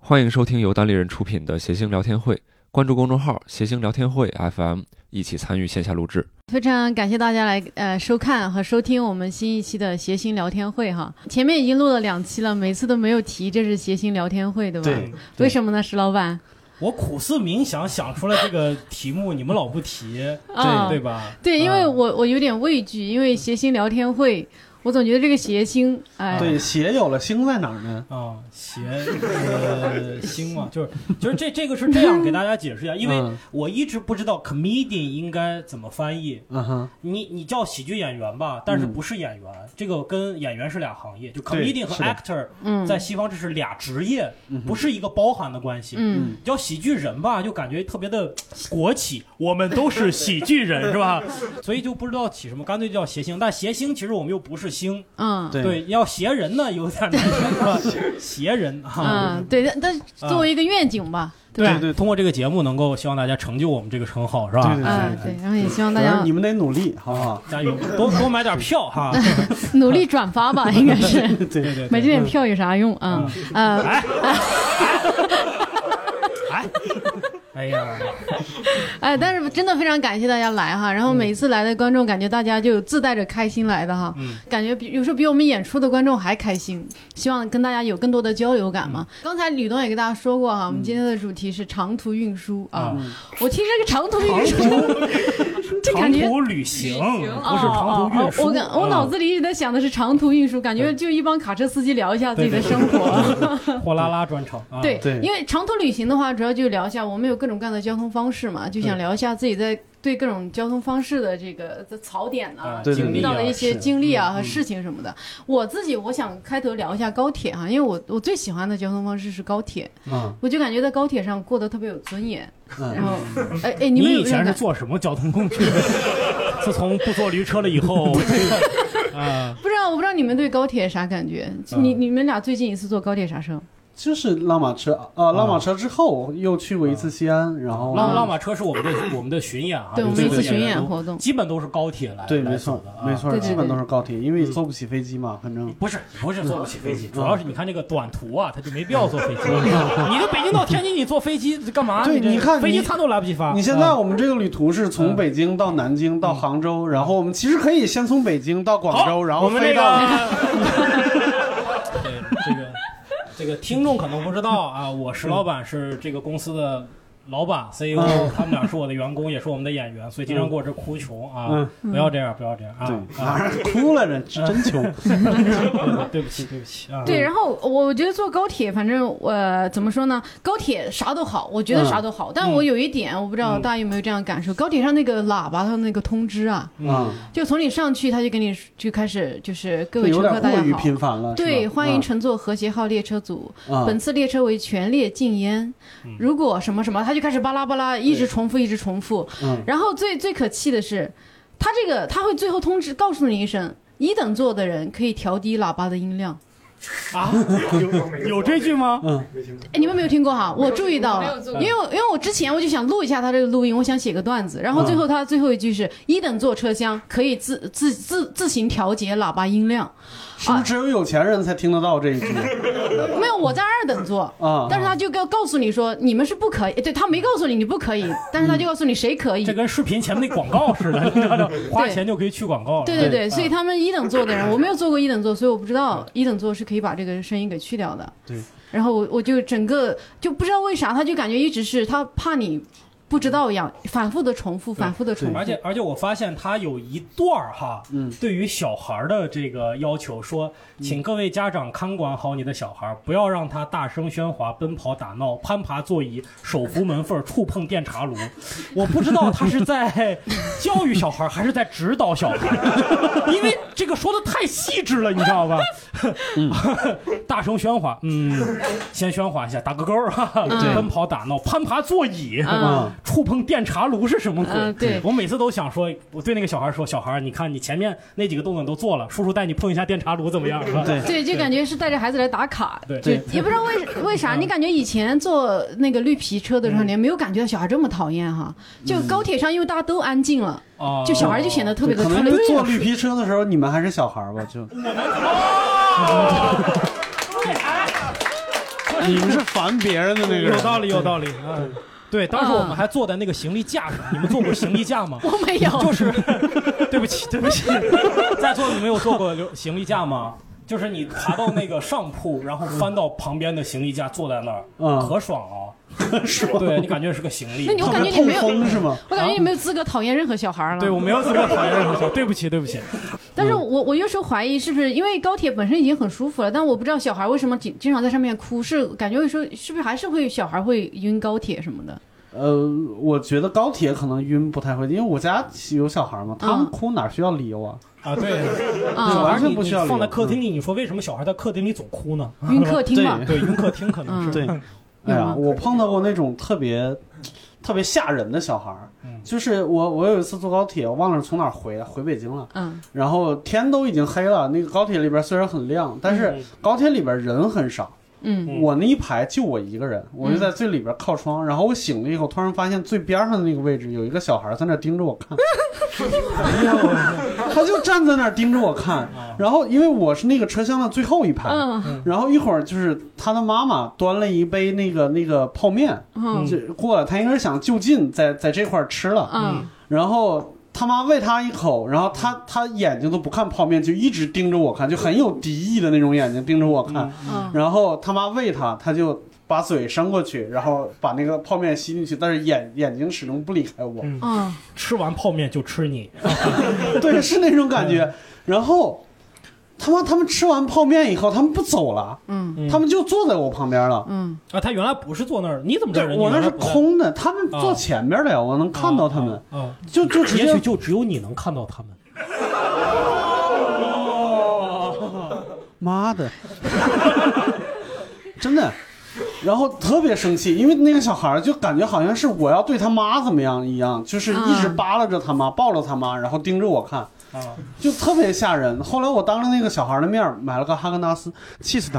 欢迎收听由单立人出品的谐星聊天会，关注公众号谐星聊天会 FM， 一起参与线下录制。 非常感谢大家来收看和收听我们新一期的谐星聊天会哈。前面已经录了2期了，每次都没有提这是谐星聊天会，对吧？ 对。 为什么呢，石老板？ 我苦思冥想，想出了这个题目，你们老不提，对吧？ 对，因为我有点畏惧，因为谐星聊天会。我总觉得这个谐星，哎， 对，谐有了，星在哪儿呢？ 谐星嘛，就是这个是这样给大家解释一下，因为我一直不知道 comedian 应该怎么翻译。你叫喜剧演员吧，但是不是演员，这个跟演员是俩行业，就 comedian 和 actor 在西方这是俩职业，不是一个包含的关系。叫喜剧人吧，就感觉特别的国企，我们都是喜剧人是吧？所以就不知道起什么，干脆就叫谐星。但谐星其实我们又不是星，对，要谐人呢有点难是吧？谐人对，但作为一个愿景吧， 对，通过这个节目能够希望大家成就我们这个称号是吧？ 对，然后也希望大家你们得努力，好不好？ 加油，多买点票哈， 努力转发吧，应该是。 对， 买这点票有啥用啊？ 哎呀， 但是真的非常感谢大家来哈，然后每一次来的观众感觉大家就自带着开心来的哈，感觉有时候比我们演出的观众还开心，希望跟大家有更多的交流感嘛。刚才吕东也给大家说过哈，我们今天的主题是长途运输啊，我听这个长途运输，这感觉长途旅行不是长途运输。 我脑子里一直在想的是长途运输，感觉就一帮卡车司机聊一下自己的生活， 货拉拉专场。 对，因为长途旅行的话，主要就聊一下我们有各种各样的交通方式嘛，就想聊一下自己在对各种交通方式的这个槽点啊，遇到的一些经历啊和事情什么的。我想开头聊一下高铁哈，因为我最喜欢的交通方式是高铁，我就感觉在高铁上过得特别有尊严。然后，你们以前是坐什么交通工具？自从不坐驴车了以后， 我不知道你们对高铁啥感觉？你们俩最近一次坐高铁啥时候？ 就是浪马车浪马车之后又去过一次西安，然后浪马车是我们的巡演啊， 对，我们一次巡演活动， 基本都是高铁来， 对，没错，基本都是高铁，因为坐不起飞机嘛，反正不是坐不起飞机，主要是你看这个短途啊，它就没必要坐飞机。你就北京到天津，你坐飞机干嘛？ 对，你看飞机餐都来不及发。 你现在我们这个旅途是从北京到南京到杭州，然后我们其实可以先从北京到广州，然后飞到。 这个听众可能不知道啊，我石老板是这个公司的老板 CEO，他们俩是我的员工，也是我们的演员，所以经常给我这哭穷啊，不要这样啊！ 对，哭了，真穷。 对不起啊！ 对，然后我觉得坐高铁，反正怎么说呢？高铁啥都好，我觉得啥都好，但我有一点，我不知道大家有没有这样感受，高铁上那个喇叭它那个通知啊，就从你上去，他就给你就开始就是各位乘客大家好， 有点过于频繁了。 对，欢迎乘坐和谐号列车组，本次列车为全列禁烟，如果什么什么，他就开始巴拉巴拉一直重复，然后最可气的是，他会最后通知告诉你一声，1等座的人可以调低喇叭的音量。 啊，有这句吗？ 你们没有听过哈？我注意到了，因为我之前我就想录一下他这个录音，我想写个段子，然后最后他最后一句是1等座车厢可以自行调节喇叭音量。 是不是只有有钱人才听得到这一句？ 没有，我在2等座但是他就告诉你说你们是不可以，对，他没告诉你不可以，但是他就告诉你谁可以。 这跟视频前面那广告似的，你知道花钱就可以去广告了。 对，所以他们1等座的人，我没有坐过1等座，所以我不知道1等座是可以把这个声音给去掉的。 对， 然后我就整个就不知道为啥，他就感觉一直是他怕你不知道一样，反复的重复。 而且我发现他有一段哈，对于小孩的这个要求说，请各位家长看管好你的小孩，不要让他大声喧哗、奔跑打闹、攀爬座椅、手扶门缝、触碰电茶炉。我不知道他是在教育小孩还是在指导小孩，因为这个说的太细致了，你知道吧？大声喧哗，先喧哗一下，打个勾奔跑打闹、攀爬座椅。触碰电茶炉是什么鬼？ 对， 我每次都想说，我对那个小孩说，小孩，你看你前面那几个动作都做了，叔叔带你碰一下电茶炉怎么样？ 对，就感觉是带着孩子来打卡。 对， 也不知道为啥，你感觉以前坐那个绿皮车的时候，你没有感觉到小孩这么讨厌哈？就高铁上，因为大家都安静了，就小孩就显得特别的。 可能坐绿皮车的时候，你们还是小孩吧？就。 你们是烦别人的那个人。 有道理，有道理。对，当时我们还坐在那个行李架上。你们坐过行李架吗？ 我没有。 就是，对不起，在座你们有坐过行李架吗？就是你爬到那个上铺，然后翻到旁边的行李架，坐在那儿，可爽了。对，你感觉是个行李。 那我感觉你没有是吗？ 我感觉你没有资格讨厌任何小孩了。 对，我没有资格讨厌任何小孩。对不起。 但是我有时候怀疑是不是因为高铁本身已经很舒服了，但我不知道小孩为什么经常在上面哭，是感觉有时候是不是还是会小孩会晕高铁什么的？ 我觉得高铁可能晕不太会，因为我家有小孩嘛，他们哭哪需要理由啊？ 对， 完全不需要放在客厅里。你说为什么小孩在客厅里总哭呢？ 晕客厅嘛， 对，晕客厅可能是。 对，哎呀，我碰到过那种特别吓人的小孩，就是我有一次坐高铁，我忘了从哪儿回北京了，然后天都已经黑了，那个高铁里边虽然很亮，但是高铁里边人很少。我那一排就我一个人，我就在最里边靠窗，然后我醒了以后，突然发现最边上的那个位置有一个小孩在那盯着我看，他就站在那儿盯着我看，然后因为我是那个车厢的最后一排，然后一会儿就是他的妈妈端了一杯那个泡面，就过来，他应该是想就近在这块吃了，然后他妈喂他一口，然后他眼睛都不看泡面，就一直盯着我看，就很有敌意的那种眼睛盯着我看。然后他妈喂他就把嘴伸过去，然后把那个泡面吸进去，但是眼睛始终不离开我。 吃完泡面就吃你。 对，是那种感觉。然后他们吃完泡面以后，他们不走了，他们就坐在我旁边了， 他原来不是坐那儿，你怎么知道人？ 我那是空的，他们坐前边的呀，我能看到他们，就直接， 也许就只有你能看到他们。 妈的，真的。然后特别生气，因为那个小孩就感觉好像是我要对他妈怎么样一样，就是一直扒拉着他妈，抱着他妈，然后盯着我看。就特别吓人。后来我当着那个小孩的面买了个哈根达斯，气死他。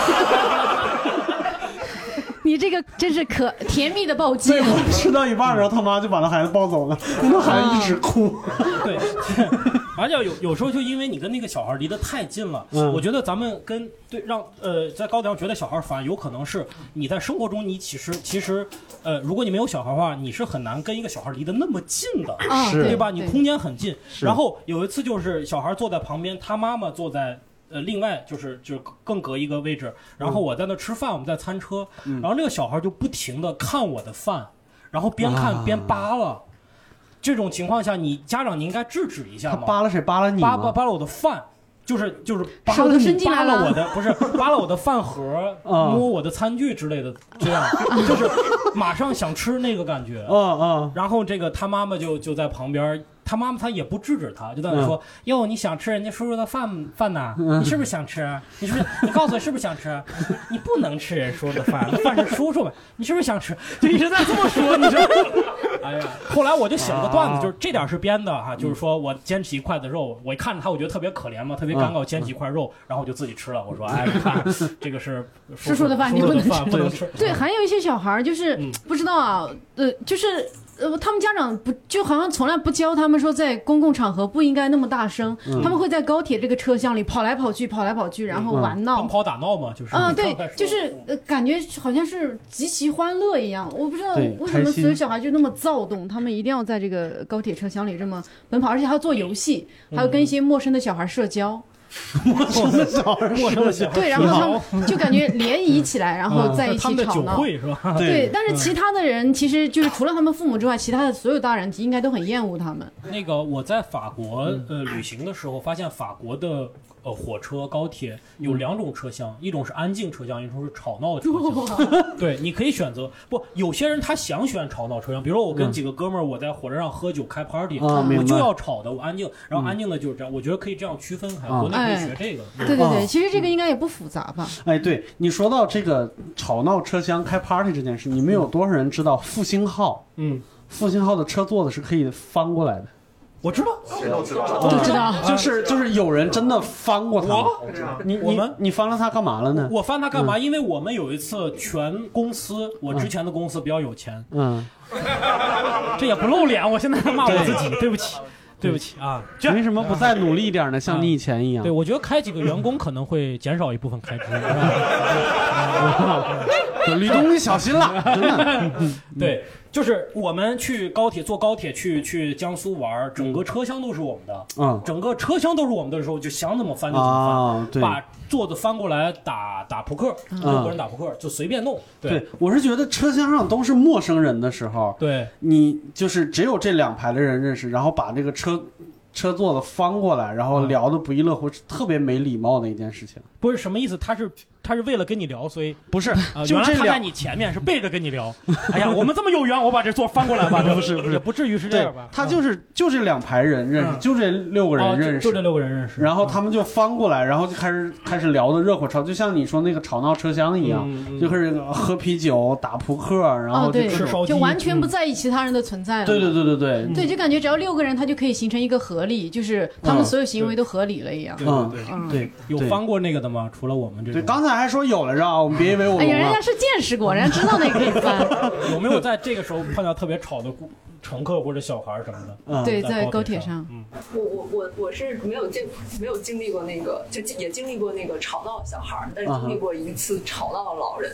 你这个真是可甜蜜的暴击。 对，我吃到一半，然后他妈就把那孩子抱走了，那孩子一直哭。 对，而且有时候就因为你跟那个小孩离得太近了，我觉得咱们在高铁上觉得小孩烦，有可能是你在生活中你其实如果你没有小孩的话，你是很难跟一个小孩离得那么近的，对吧？你空间很近。然后有一次就是小孩坐在旁边，他妈妈坐在。另外就是更隔一个位置，然后我在那吃饭，我们在餐车，然后那个小孩就不停地看我的饭，然后边看边扒拉。这种情况下，你家长你应该制止一下嘛。 他扒拉谁？扒拉你吗？ 扒拉我的饭，就是扒拉你，扒拉我的不是扒拉我的饭盒，摸我的餐具之类的，这样就是马上想吃那个感觉。然后这个他妈妈就在旁边。他妈妈他也不制止他，就在那说：“哟，你想吃人家叔叔的饭呐？你是不是想吃？你是不是？你告诉我是不是想吃？你不能吃人叔叔的饭，饭是叔叔的，你是不是想吃？”就一直在这么说，你知道？哎呀，后来我就写了个段子，就是这点是编的哈，就是说我捡起一块子肉，我一看着他，我觉得特别可怜嘛，特别尴尬，我捡起一块肉，然后我就自己吃了。我说：“哎，你看这个是叔叔的饭，你不能吃。” 对，还有一些小孩就是不知道啊，就是。他们家长不就好像从来不教他们说在公共场合不应该那么大声，他们会在高铁这个车厢里跑来跑去，然后玩闹， 奔跑打闹嘛，就是对，就是感觉好像是极其欢乐一样。我不知道为什么所有小孩就那么躁动，他们一定要在这个高铁车厢里这么奔跑，而且还要做游戏，还要跟一些陌生的小孩社交。 陌生的小孩， 对，然后他们就感觉联谊起来，然后在一起吵闹， 是吧？ 对，但是其他的人其实就是除了他们父母之外，其他的所有大人应该都很厌恶他们。 那个我在法国旅行的时候，发现法国的火车、高铁有两种车厢，一种是安静车厢，一种是吵闹车厢。对，你可以选择。不，有些人他想选吵闹车厢，比如说我跟几个哥们儿，我在火车上喝酒开 party，我就要吵的，我安静，然后安静的就是这样。我觉得可以这样区分开，国内可以学这个。 对，其实这个应该也不复杂吧？ 哎，对，你说到这个吵闹车厢开 party 这件事，你们有多少人知道复兴号？复兴号的车座子是可以翻过来的。 我知道， 谁都知道， 就是有人真的翻过它。你翻了它干嘛了呢？ 我翻它干嘛？因为我们有一次全公司，我之前的公司比较有钱，这也不露脸，我现在骂我自己，对不起啊！ 为什么不再努力一点呢？像你以前一样。 对，我觉得开几个员工可能会减少一部分开支。 吕东你小心了，真的。 对，就是我们去高铁坐高铁去江苏玩，整个车厢都是我们的，整个车厢都是我们的时候，就想怎么翻就怎么翻，把座子翻过来打扑克，六个人打扑克就随便弄。 对，我是觉得车厢上都是陌生人的时候， 对， 你就是只有这2排的人认识，然后把这个车座子翻过来，然后聊得不亦乐乎，特别没礼貌的一件事情。 不是什么意思？他是为了跟你聊，所以不是， 原来他在你前面是背着跟你聊。哎呀，我们这么有缘，我把这座翻过来吧。 不是， 也不至于是这样吧？ 他就这2排人认识，就这6个人认识， 就这6个人认识。 然后他们就翻过来，然后就开始聊得热火朝，就像你说那个吵闹车厢一样，就开始喝啤酒、打扑克，然后对， 吃烧鸡， 就完全不在意其他人的存在了。 对， 对，就感觉只要6个人，他就可以形成一个合力，就是他们所有行为都合理了一样。 对， 有翻过那个的吗？除了我们这种。 对，刚才还说有来着啊，我们别以为我。 哎呀，人家是见识过，人家知道那个可以翻。 有没有在这个时候碰到特别吵的乘客或者小孩什么的？ 对，在高铁上。 我是没有经历过那个，就也经历过那个吵闹的小孩，但是经历过一次吵闹的老人。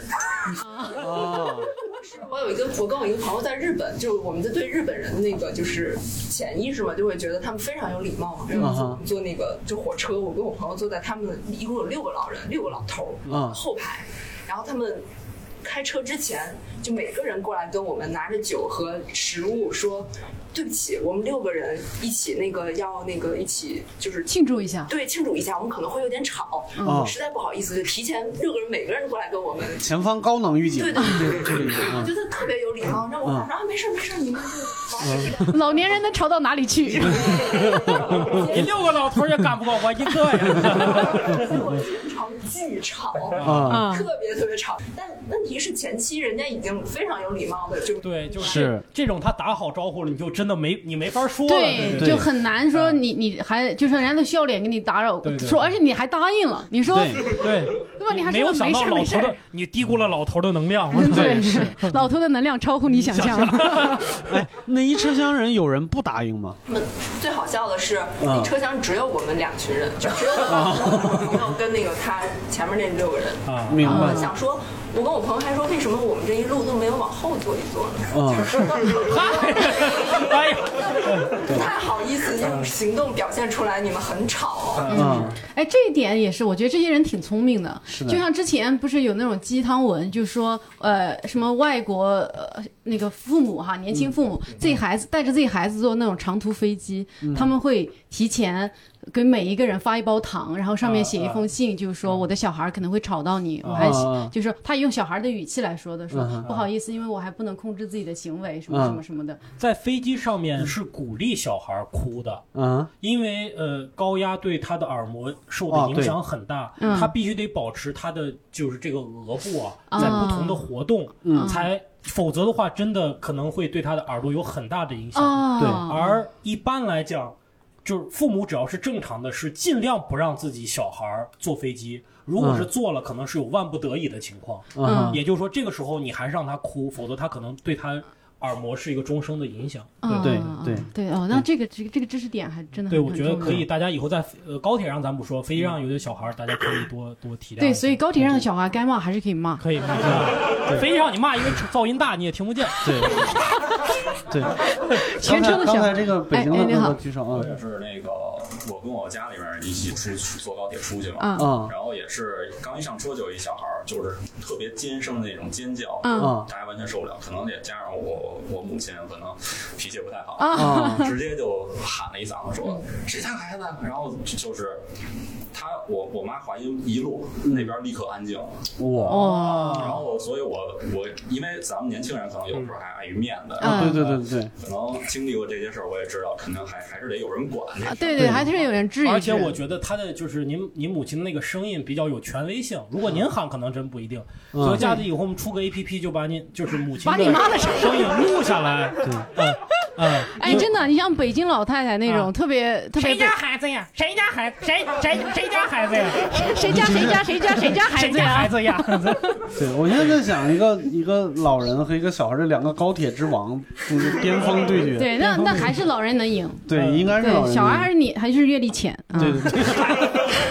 我跟我一个朋友在日本，就是我们对日本人的那个就是潜意识嘛，就会觉得他们非常有礼貌嘛。然后坐那个就火车，我跟我朋友坐在他们一共有6个老人，6个老头后排，然后他们开车之前就每个人过来跟我们拿着酒和食物说，对不起，我们6个人一起一起就是庆祝一下， 对，庆祝一下，我们可能会有点吵，实在不好意思，就提前6个人每个人过来跟我们前方高能预警， 对，我觉得特别有礼貌，让我说没事，你们就玩。 老年人能吵到哪里去？ 你6个老头也干不过我一个呀。 我经常巨吵特别吵，但问题是前期人家已经非常有礼貌的， 就是这种他打好招呼了，你就真的你没法说了， 对，就很难说你还就是人家的笑脸给你打扰说，而且你还答应了，你说对吧？你还没有想到老头的，你低估了老头的能量， 对，是老头的能量超乎你想象。 哎，那一车厢人有人不答应吗？ 最好笑的是，那车厢只有我们2群人，就只有我朋友跟那个他前面那6个人。 明白。 想说，我跟我朋友还说，为什么我们这一路都没有往后坐一坐呢？不太好意思用行动表现出来，你们很吵。 哎，这一点也是，我觉得这些人挺聪明的。就像之前不是有那种鸡汤文，就说什么外国那个父母哈，年轻父母自己孩子带着自己孩子坐那种长途飞机，他们会提前给每一个人发一包糖，然后上面写一封信，就是说我的小孩可能会吵到你，我还就是说他用小孩的语气来说的，说不好意思，因为我还不能控制自己的行为，什么什么什么的。 在飞机上面是鼓励小孩哭的，因为高压对他的耳膜受的影响很大，他必须得保持他的就是这个额部在不同的活动，否则的话真的可能会对他的耳朵有很大的影响。对，而一般来讲，就是父母只要是正常的，是尽量不让自己小孩坐飞机。如果是坐了，可能是有万不得已的情况。也就是说，这个时候你还是让他哭，否则他可能对他耳膜是一个终生的影响。 对哦，那这个知识点还真的很重要。 对，我觉得可以，大家以后在高铁上咱不说，飞机上有的小孩，大家可以多体谅。 对，所以高铁上的小孩该骂还是可以骂， 可以骂。飞机上你骂，因为噪音大，你也听不见。 对， 全车的小孩。 刚才这个北京的那个举手我也是那个，我跟我家里面一起坐高铁出去嘛，然后也是刚一上车就有一小孩，就是特别尖声的那种尖叫，大家完全受不了，可能也加上我母亲可能脾气不太好，直接就喊了一嗓子说谁家孩子，然后就是我妈话音一落，那边立刻安静了，然后所以我因为咱们年轻人可能有时候还碍于面子， 对， 可能经历过这些事儿，我也知道，肯定还是得有人管。 对，还是有人治愈。 而且我觉得他的就是您母亲的那个声音比较有权威性，如果您喊可能真不一定。所以下次以后我们出个 APP 就把您就是母亲的声音录下来。 哎，真的，你像北京老太太那种特别谁家孩子呀？谁家孩子？谁家孩子呀？ 谁家孩子呀？ 对，我现在在想一个老人和一个小孩，这2个高铁之王巅峰对决。 对，那还是老人能赢。 对，应该是老人。 小孩还是阅历浅。 对。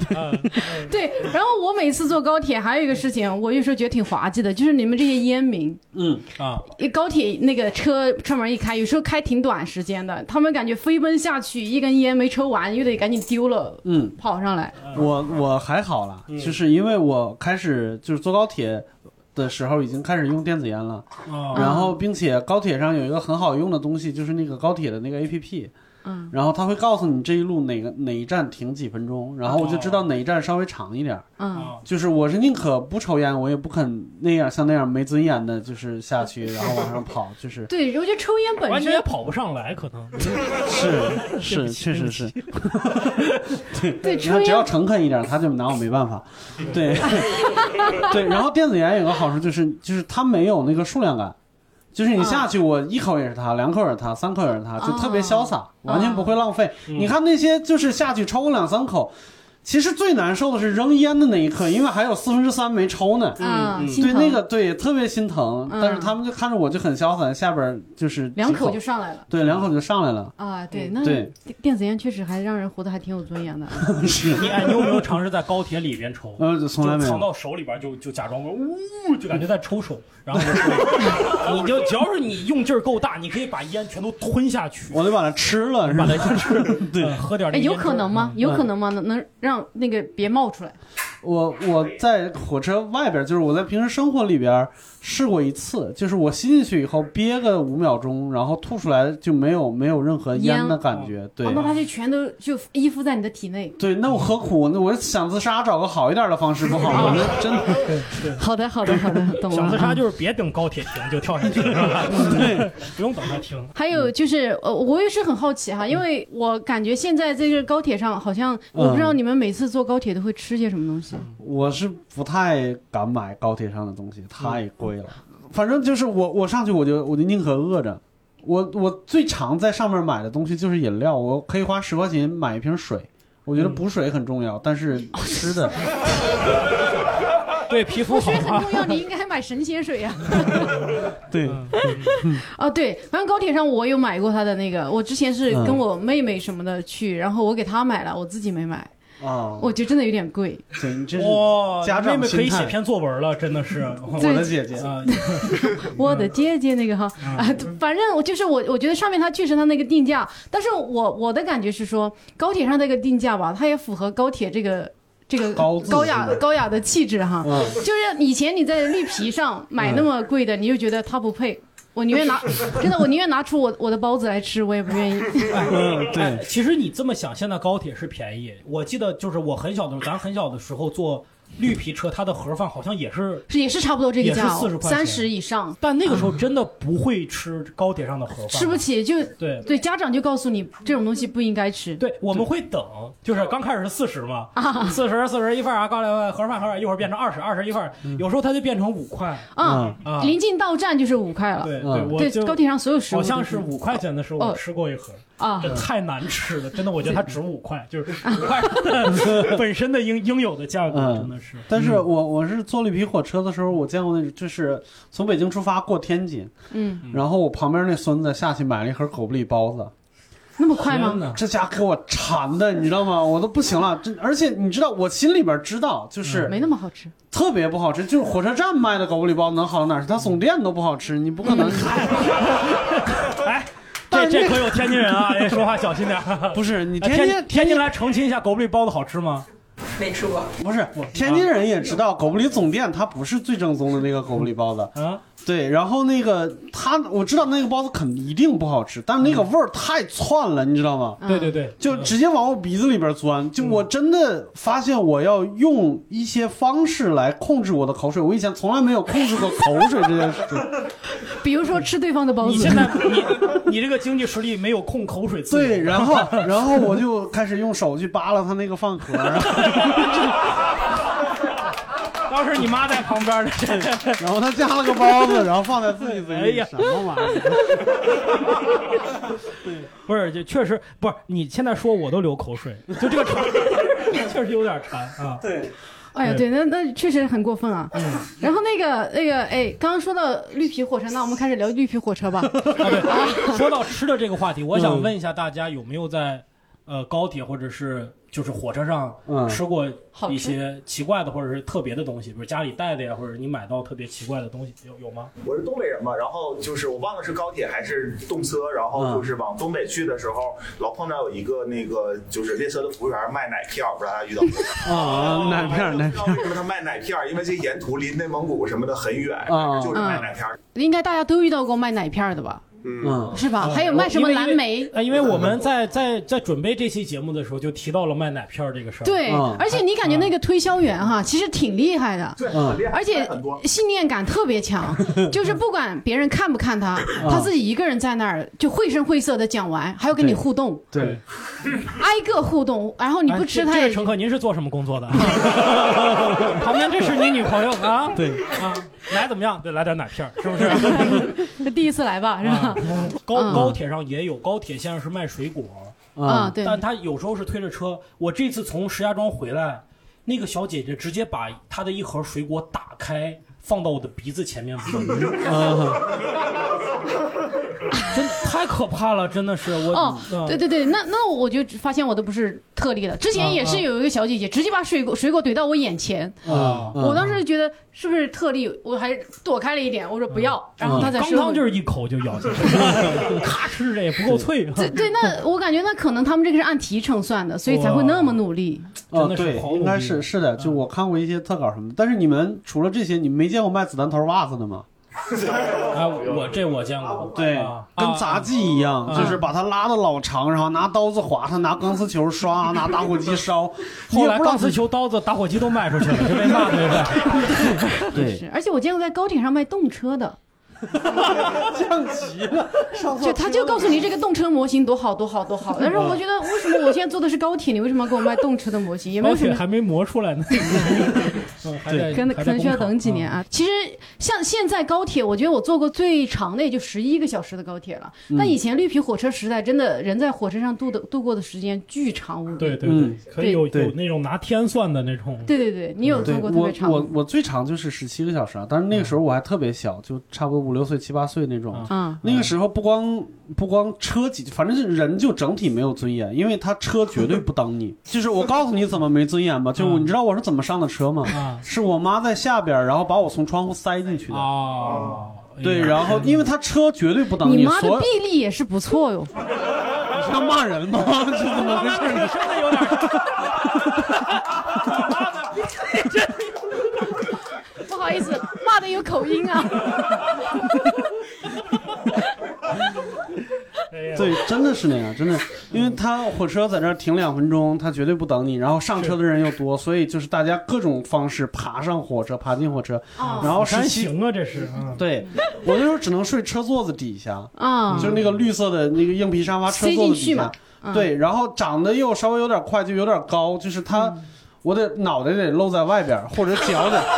对，然后我每次坐高铁还有一个事情，我有时候觉得挺滑稽的，就是你们这些烟民，高铁那个车门一开，有时候开挺短时间的，他们感觉飞奔下去，一根烟没抽完，又得赶紧丢了，跑上来。 我还好了，就是因为我开始就是坐高铁的时候已经开始用电子烟了，然后并且高铁上有一个很好用的东西，就是那个高铁的那个 APP。然后他会告诉你这一路哪一站停几分钟，然后我就知道哪一站稍微长一点。就是我是宁可不抽烟，我也不肯那样像那样没尊严的，就是下去然后往上跑，就是对，我觉得抽烟本身完全也跑不上来，可能是确实是。 对， 他只要诚恳一点，他就拿我没办法。对对，然后电子烟有个好处就是它没有那个数量感。就是你下去，我一口也是它，2口也是它，3口也是它，就特别潇洒，完全不会浪费。你看那些就是下去抽个2-3口，其实最难受的是扔烟的那一刻，因为还有3/4没抽呢。对，那个对特别心疼。但是他们就看着我就很潇洒，下边就是 2口就上来了。 对，2口就上来了。 对，那电子烟确实还让人活得还挺有尊严的。 是你有没有尝试在高铁里边抽？ 从来没有。 藏到手里边就假装就感觉在抽手，然后你就只要是你用劲儿够大，你可以把烟全都吞下去。 我得把它吃了， 把它吃。 对， 喝点。 有可能吗？有可能吗？能让那个别冒出来？ 我在火车外边，就是我在平时生活里边试过一次，就是我吸进去以后憋个5秒钟，然后吐出来就没有任何烟的感觉。对， 那它就全都就依附在你的体内。 对，那我何苦？那我想自杀，找个好一点的方式不好吗？真的。 好的，懂了。 想自杀就是别等高铁停就跳下去，是吧？对，不用等它停。 还有就是我也是很好奇哈，因为我感觉现在这个高铁上好像，我不知道你们每次坐高铁都会吃些什么东西。 我是不太敢买高铁上的东西，太贵了。反正就是我上去我就宁可饿着。我最常在上面买的东西就是饮料，我可以花10块钱买一瓶水。我觉得补水很重要，但是吃的对皮肤好很重要，你应该买神仙水呀。 对， 对，反正高铁上我有买过他的那个，我之前是跟我妹妹什么的去，然后我给她买了，我自己没买。我觉得真的有点贵。 哇， 妹妹可以写篇作文了，真的是。 我的姐姐， 我的姐姐那个哈反正我觉得上面它确实它那个定价，但是我的感觉是说高铁上那个定价吧，它也符合高铁这个高雅的气质哈。就是以前你在绿皮上买那么贵的，你就觉得它不配。我宁愿拿出我的包子来吃，我也不愿意。 对，其实你这么想，现在高铁是便宜。我记得就是咱很小的时候坐绿皮车，它的盒饭好像也是差不多这个价 ，40块钱 ，30以上。 但那个时候真的不会吃高铁上的盒饭， 吃不起就对，家长就告诉你这种东西不应该吃。 对，我们会等，就是刚开始是40嘛，40一份啊，高粱盒饭，一会儿变成20一份，有时候它就变成5块临近到站就是5块了。 对， 高铁上所有食物好像是5块钱的时候我吃过一盒。这太难吃了，真的，我觉得它值5块，就是5块本身的应有的价格，真的是。 但是我是坐绿皮火车的时候，我见过那种，就是从北京出发过天津，然后我旁边那孙子下去买了一盒狗不理包子。 那么快吗？ 这家给我馋的，你知道吗？我都不行了。而且你知道，我心里边知道，就是没那么好吃， 特别不好吃。就是火车站卖的狗不理包子能好到哪儿去？它总店都不好吃，你不可能。 哎。这可有天津人啊！说话小心点。 不是你天津来澄清一下，狗不理包子好吃吗？ 没吃过。 不是，天津人也知道狗不理总店它不是最正宗的那个狗不理包子。对，然后那个我知道那个包子一定不好吃，但那个味儿太窜了，你知道吗？ 对， 就直接往我鼻子里边钻。就我真的发现我要用一些方式来控制我的口水，我以前从来没有控制过口水这件事情。 比如说吃对方的包子。 你现在你这个经济实力没有控口水自由。 对，然后我就开始用手去扒拉他那个饭盒。 当时你妈在旁边的， 然后他夹了个包子，然后放在自己嘴里，什么玩意儿？ 不是，就确实不是。你现在说我都流口水，就这个馋，确实有点馋啊。 对， 哎呀，对，那确实很过分啊。然后那个，哎，刚刚说到绿皮火车，那我们开始聊绿皮火车吧。 说到吃的这个话题，我想问一下大家有没有在高铁或者是就是火车上吃过一些奇怪的或者是特别的东西，比如家里带的呀，或者你买到特别奇怪的东西，有吗？ 我是东北人嘛，然后就是我忘了是高铁还是动车，然后就是往东北去的时候，老碰到有一个那个就是列车的服务员卖奶片，不知道大家遇到过啊？奶片， 为什么他卖奶片？因为这沿途离内蒙古什么的很远，就是卖奶片。 应该大家都遇到过卖奶片的吧？是吧？还有卖什么蓝莓？ 因为我们在准备这期节目的时候就提到了卖奶片这个事儿。 对，而且你感觉那个推销员哈，其实挺厉害的， 对， 而且信念感特别强，就是不管别人看不看他，他自己一个人在那儿就绘声绘色的讲完，还要跟你互动， 对， 挨个互动，然后你不吃他也。 这位乘客，您是做什么工作的？旁边这是你女朋友啊？ 对啊，奶怎么样？对，来点奶片，是不是？ 第一次来吧，是吧？ 高铁上也有，高铁先生是卖水果对， 但他有时候是推着车。我这次从石家庄回来，那个小姐姐直接把她的一盒水果打开，放到我的鼻子前面闻，真太可怕了，真的是我。 对，那我就发现我都不是特例了。之前也是有一个小姐姐直接把水果怼到我眼前，我当时觉得是不是特例，我还躲开了一点，我说不要，然后她才刚就是一口就咬进去，咔吃着也不够脆。 对，那我感觉那可能他们这个是按提成算的，所以才会那么努力。 真的是对，应该是的。就我看过一些特稿什么的，但是你们除了这些，你们没见过卖子弹头袜子的吗？ 我见过， 对，跟杂技一样，就是把它拉的老长，然后拿刀子划它，拿钢丝球刷，拿打火机烧。 后来钢丝球、刀子、打火机都卖出去了，就被骂对不对？ 对，而且我见过在高铁上卖动车的。 降级了， 就他就告诉你这个动车模型多好，但是我觉得为什么我现在坐的是高铁，你为什么要给我卖动车的模型？也没有什么， 还没磨出来呢。 对，可能需要等几年啊。其实像现在高铁，我觉得我坐过最长的也就11个小时的高铁了。但以前绿皮火车时代，真的人在火车上度过的时间巨长无比。 对，可以有那种拿天算的那种。 对，你有坐过特别长？ 我最长就是17个小时啊，但是那个时候我还特别小，就差不多5、6岁、7、8岁那种。那个时候不光车挤，反正是人就整体没有尊严，因为他车绝对不等你。就是我告诉你怎么没尊严吧，就是你知道我是怎么上的车吗？是我妈在下边，然后把我从窗户塞进去的。对，然后因为他车绝对不等你妈的臂力也是不错哟。 你是要骂人吗？这怎么回事？ 你真的有点。 不好意思，骂的有口音啊。 对，真的是那样，真的，因为他火车在这儿停2分钟，他绝对不等你，然后上车的人又多，所以就是大家各种方式爬上火车，爬进火车，然后行啊，这是。 对，我那时候只能睡车座子底下，就是那个绿色的那个硬皮沙发车座子底下，对，然后长得又稍微有点快，就有点高，就是我的脑袋得露在外边，或者脚得。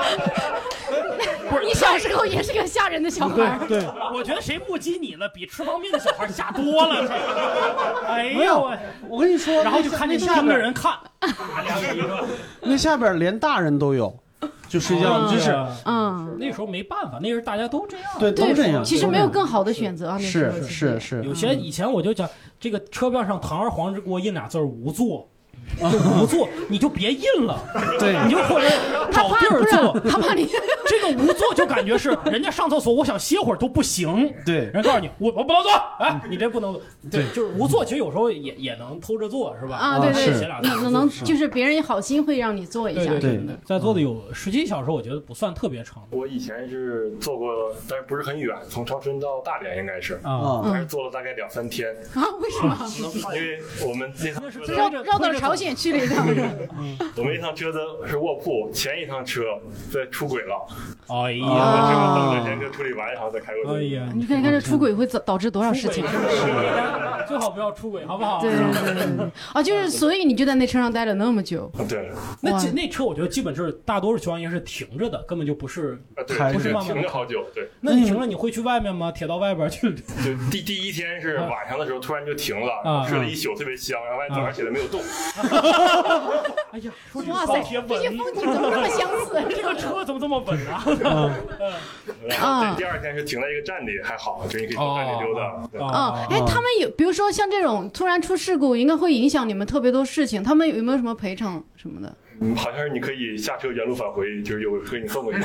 你小时候也是个吓人的小孩。 对，我觉得谁目击你了，比吃方便的小孩吓多了。哎呦， 我跟你说， 然后就看见盯着人看， 那下边连大人都有。就睡觉，就是那时候没办法，那时候大家都这样， 对，都这样。 其实没有更好的选择啊。 是。 有些以前我就讲，这个车票上堂而皇之给我印俩字儿无座。就无座，你就别印了， 对， 你就或者找地儿坐。 他怕你这个无座就感觉是人家上厕所，我想歇会儿都不行。 对， 人告诉你我不能坐，哎，你这不能。对，就是无座，其实有时候也能偷着坐，是吧？ 啊，对，能就是别人好心会让你坐一下。 对， 在座的有17小时，我觉得不算特别长。 我以前是坐过，但是不是很远，从长春到大连应该是但是坐了大概2、3天。 啊？为什么？ 因为我们那趟绕到朝鲜去了一趟。 我们一趟车的是卧铺，前一趟车在出轨了。 哎呀， 等着先车处理完，然后再开过去。 哎呀， 你看看这出轨会导致多少事情？ 最好不要出轨，好不好？ 对啊，就是所以你就在那车上待了那么久。 对， 那车我觉得基本是大多数情况下是停着的，根本就不是开， 不是慢慢停着好久。对， 那你停了你会去外面吗？铁道外边去？ 就第一天是晚上的时候突然就停了，睡了一宿特别香，然后早上起来没有动。 哎呀，说哇塞，这些风景怎么这么相似？ 这个车怎么这么稳啊？ 然后第二天是停在一个站里，还好，就你可以从站里溜达。 哎，他们有，比如说像这种突然出事故，应该会影响你们特别多事情，他们有没有什么赔偿什么的？ 好像是你可以下车原路返回，就是有给你送过去。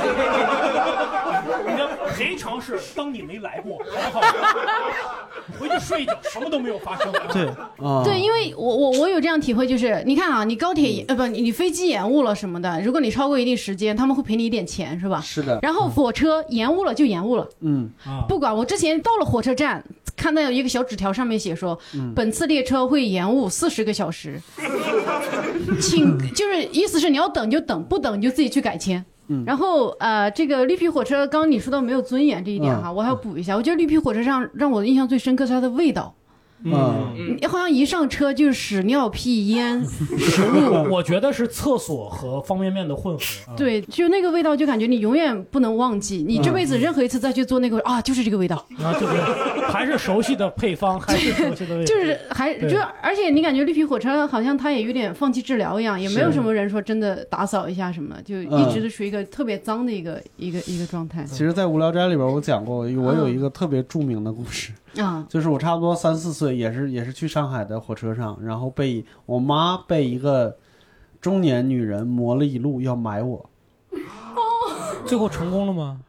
你的赔偿是当你没来过，好不好？回去睡一觉，什么都没有发生。 对， 对，因为我有这样体会，就是你看啊，你高铁你飞机延误了什么的，如果你超过一定时间，他们会赔你一点钱，是吧？ 是的。 然后火车延误了就延误了，不管我之前到了火车站，看到有一个小纸条，上面写说，本次列车会延误40个小时，请就是意思是你要等就等，不等你就自己去改签。然后这个绿皮火车，刚刚你说到没有尊严这一点哈，我还要补一下。我觉得绿皮火车上让我印象最深刻是它的味道。好像一上车就是屎尿屁烟食物。 我觉得是厕所和方便面的混合。 对，就那个味道，就感觉你永远不能忘记，你这辈子任何一次再去做那个就是这个味道啊，就是还是熟悉的配方，还是熟悉的味道， 就是而且你感觉绿皮火车好像它也有点放弃治疗一样，也没有什么人说真的打扫一下什么，就一直都属于一个特别脏的一个状态。 其实，在无聊斋里边我讲过，我有一个特别著名的故事。就是我差不多3、4岁，也是去上海的火车上，然后我妈被一个中年女人磨了一路要买我。 最后成功了吗？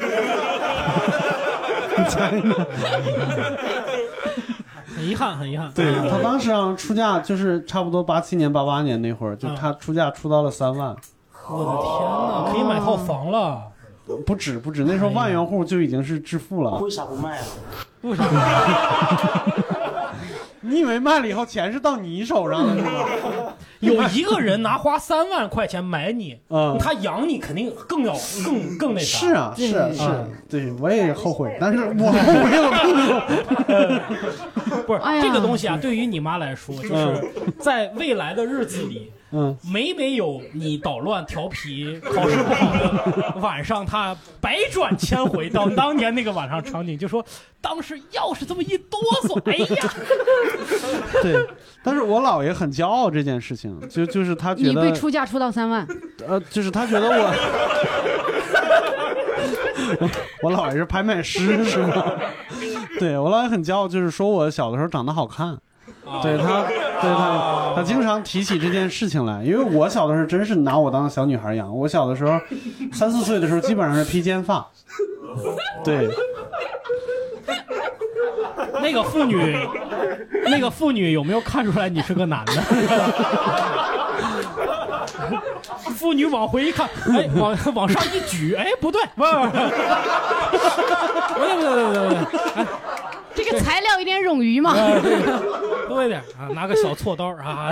很遗憾，很遗憾。 对，她当时出价就是差不多87年、88年那会儿，就她出价出到了3万。 我的天哪，可以买套房了。 不止，那时候万元户就已经是致富了。 为啥不卖啊？ 为啥不卖？ 你以为卖了以后钱是到你手上的是吗？ 有一个人花3万块钱买你，他养你肯定更那啥。 是啊，对，我也后悔，但是我后悔了。 不是这个东西啊，对于你妈来说，就是在未来的日子里。每有你捣乱调皮考试不好的晚上，他百转千回到当年那个晚上场景，就说当时要是这么一哆嗦，哎呀， 对，但是我姥爷很骄傲这件事情，就是他觉得你被出价出到3万， 就是他觉得我姥爷是拍卖师是吗？对，我姥爷很骄傲，就是说我小的时候长得好看。对他经常提起这件事情来，因为我小的时候真是拿我当小女孩养。我小的时候3、4岁的时候基本上是披肩发。对， 那个妇女有没有看出来你是个男的？妇女往回一看，哎，往上一举，哎，不对，不对，哎。 这个材料有点冗余嘛， 多一点啊，拿个小锉刀啊。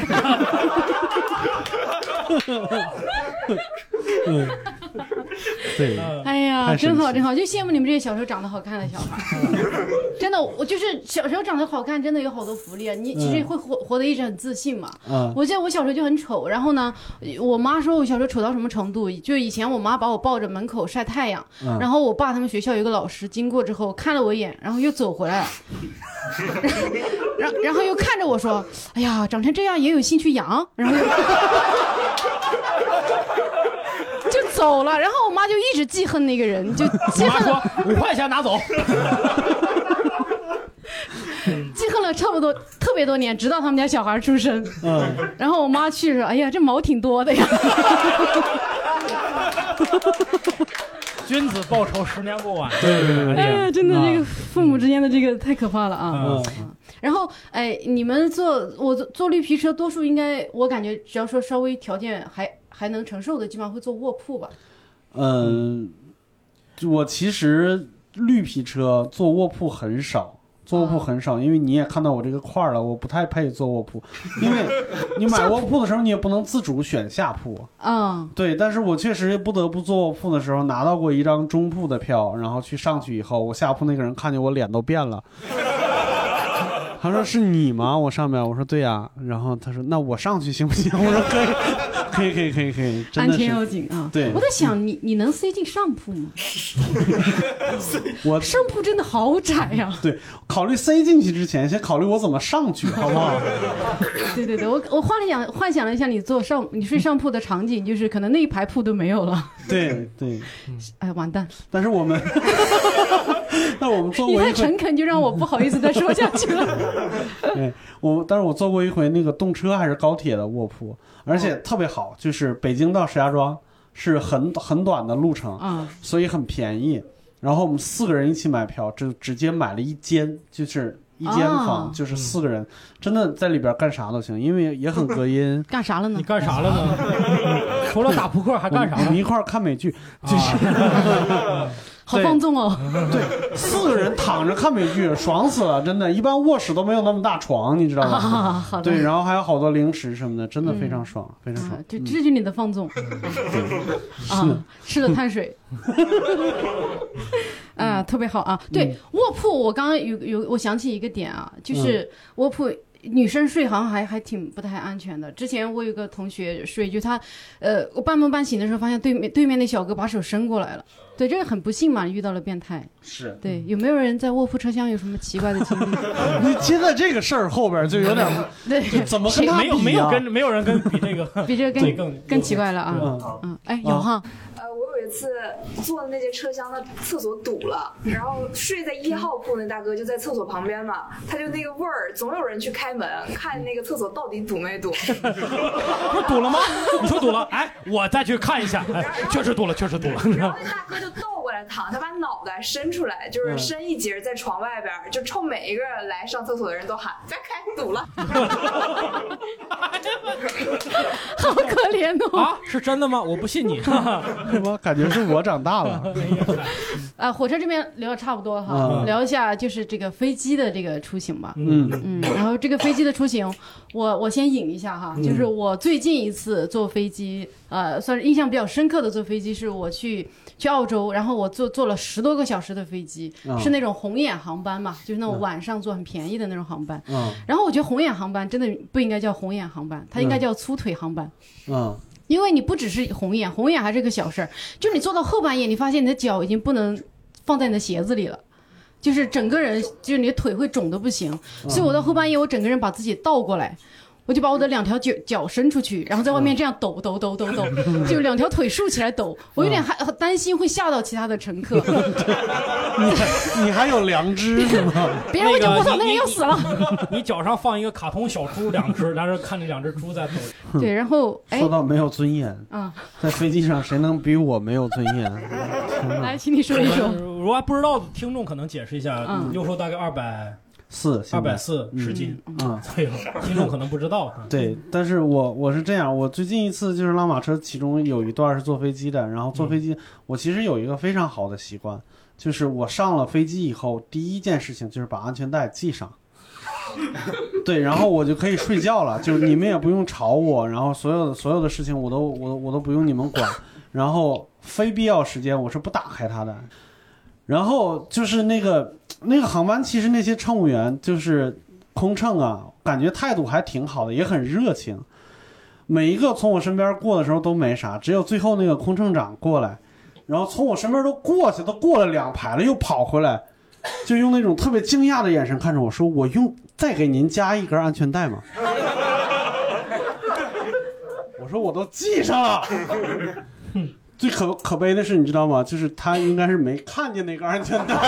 对， 哎呀，真好，就羡慕你们这些小时候长得好看的小孩。真的，我就是小时候长得好看，真的有好多福利啊！你其实会活得一直很自信嘛。我记得我小时候就很丑，然后呢，我妈说我小时候丑到什么程度，就以前我妈把我抱着门口晒太阳，然后我爸他们学校有一个老师经过之后看了我一眼，然后又走回来了。然后又看着我说：“哎呀，长成这样也有兴趣养。”然后就走了。然后我妈就一直记恨那个人，就记恨说5块钱拿走， 记恨了差不多特别多年，直到他们家小孩出生。然后我妈去说：“哎呀，这毛挺多的呀。” 君子报仇10年不晚。 对， 哎呀，真的这个父母之间的这个太可怕了啊！然后，哎，你们坐绿皮车，多数应该我感觉，只要说稍微条件还能承受的，基本上会坐卧铺吧。 我其实绿皮车坐卧铺很少。因为你也看到我这个块了，我不太配坐卧铺，因为你买卧铺的时候你也不能自主选下铺。对，但是我确实不得不坐卧铺的时候拿到过一张中铺的票，然后上去以后，我下铺那个人看见我脸都变了。他说：“是你吗？”我上面我说：“对呀。”然后他说：“那我上去行不行？”我说：“ 可以， 安全要紧啊。 对， 我在想你能塞进上铺吗？上铺真的好窄呀。 对，考虑塞进去之前，先考虑我怎么上去，好不好？ 对，我幻想了一下你睡上铺的场景，就是可能那一排铺都没有了。 对， 哎，完蛋！ 但是我们做过你太诚恳，就让我不好意思再说下去了。 对，但是我坐过一回那个动车还是高铁的卧铺，而且特别好，就是北京到石家庄是很短的路程，所以很便宜。然后我们4个人一起买票，就直接买了一间，就是一间房，就是4个人，真的在里边干啥都行，因为也很隔音。 干啥了呢？ 你干啥了呢？除了打扑克还干啥了？ 我们一块看美剧，就是。 好放纵哦！ 对，4个人躺着看美剧，爽死了，真的。一般卧室都没有那么大床，你知道吗？ 好的。 对，然后还有好多零食什么的，真的非常爽，非常爽。 这就是你的放纵。吃了碳水。特别好啊！对，卧铺我刚刚我想起一个点啊，就是卧铺。女生睡好像还挺不太安全的。之前我有个同学睡，就他，我半梦半醒的时候，发现对面那小哥把手伸过来了。对，这个很不幸嘛，遇到了变态。 是。 对，有没有人在卧铺车厢有什么奇怪的经历？ 你接在这个事儿后边就有点， 对， 怎么跟他比啊？ 没有人跟比这个比这个更奇怪了啊！哎，有哈。 我有一次坐的那节车厢的厕所堵了，然后睡在1号铺那大哥就在厕所旁边嘛，他就那个味儿，总有人去开门看那个厕所到底堵没堵。不是堵了吗？你说堵了，哎，我再去看一下，哎，确实堵了。 然后那大哥就倒过来躺，他把脑袋伸出来，就是伸一截在床外边，就冲每一个来上厕所的人都喊：“别开，堵了。” 好可怜哦！ 啊，是真的吗？我不信你。 我感觉是我长大了。 火车这边聊得差不多哈，聊一下就是这个飞机的这个出行吧。然后这个飞机的出行，我先引一下哈，就是我最近一次坐飞机，算是印象比较深刻的坐飞机，是我去澳洲，然后我坐了10多个小时的飞机，是那种红眼航班嘛，就是那种晚上坐很便宜的那种航班。然后我觉得红眼航班真的不应该叫红眼航班，它应该叫粗腿航班。因为你不只是红眼还是个小事儿，就你坐到后半夜，你发现你的脚已经不能放在你的鞋子里了，就是整个人就是你的腿会肿得不行，所以我到后半夜我整个人把自己倒过来。我就把我的2条脚伸出去，然后在外面这样抖，就2条腿竖起来抖。我有点担心会吓到其他的乘客。 你还有良知是吗？ 别人会觉得我操，那人要死了。 你脚上放一个卡通小猪2只，然后看那2只猪在抖。 对，然后说到没有尊严在飞机上谁能比我没有尊严？ 来，请你说一说。 如果不知道听众可能解释一下，右手大概240斤对，听众可能不知道。 对，但是我是这样，我最近一次就是拉马车，其中有一段是坐飞机的，然后坐飞机，我其实有一个非常好的习惯，就是我上了飞机以后，第一件事情就是把安全带系上。对，然后我就可以睡觉了，就是你们也不用吵我，然后所有的事情我都不用你们管，然后非必要时间我是不打开它的。然后就是那个航班，其实那些乘务员就是空乘啊，感觉态度还挺好的，也很热情。每一个从我身边过的时候都没啥，只有最后那个空乘长过来，然后从我身边都过了2排了，又跑回来，就用那种特别惊讶的眼神看着我说：“我再给您加一根安全带吗？”我说：“我都系上了。”最可悲的是，你知道吗？就是他应该是没看见那个安全带，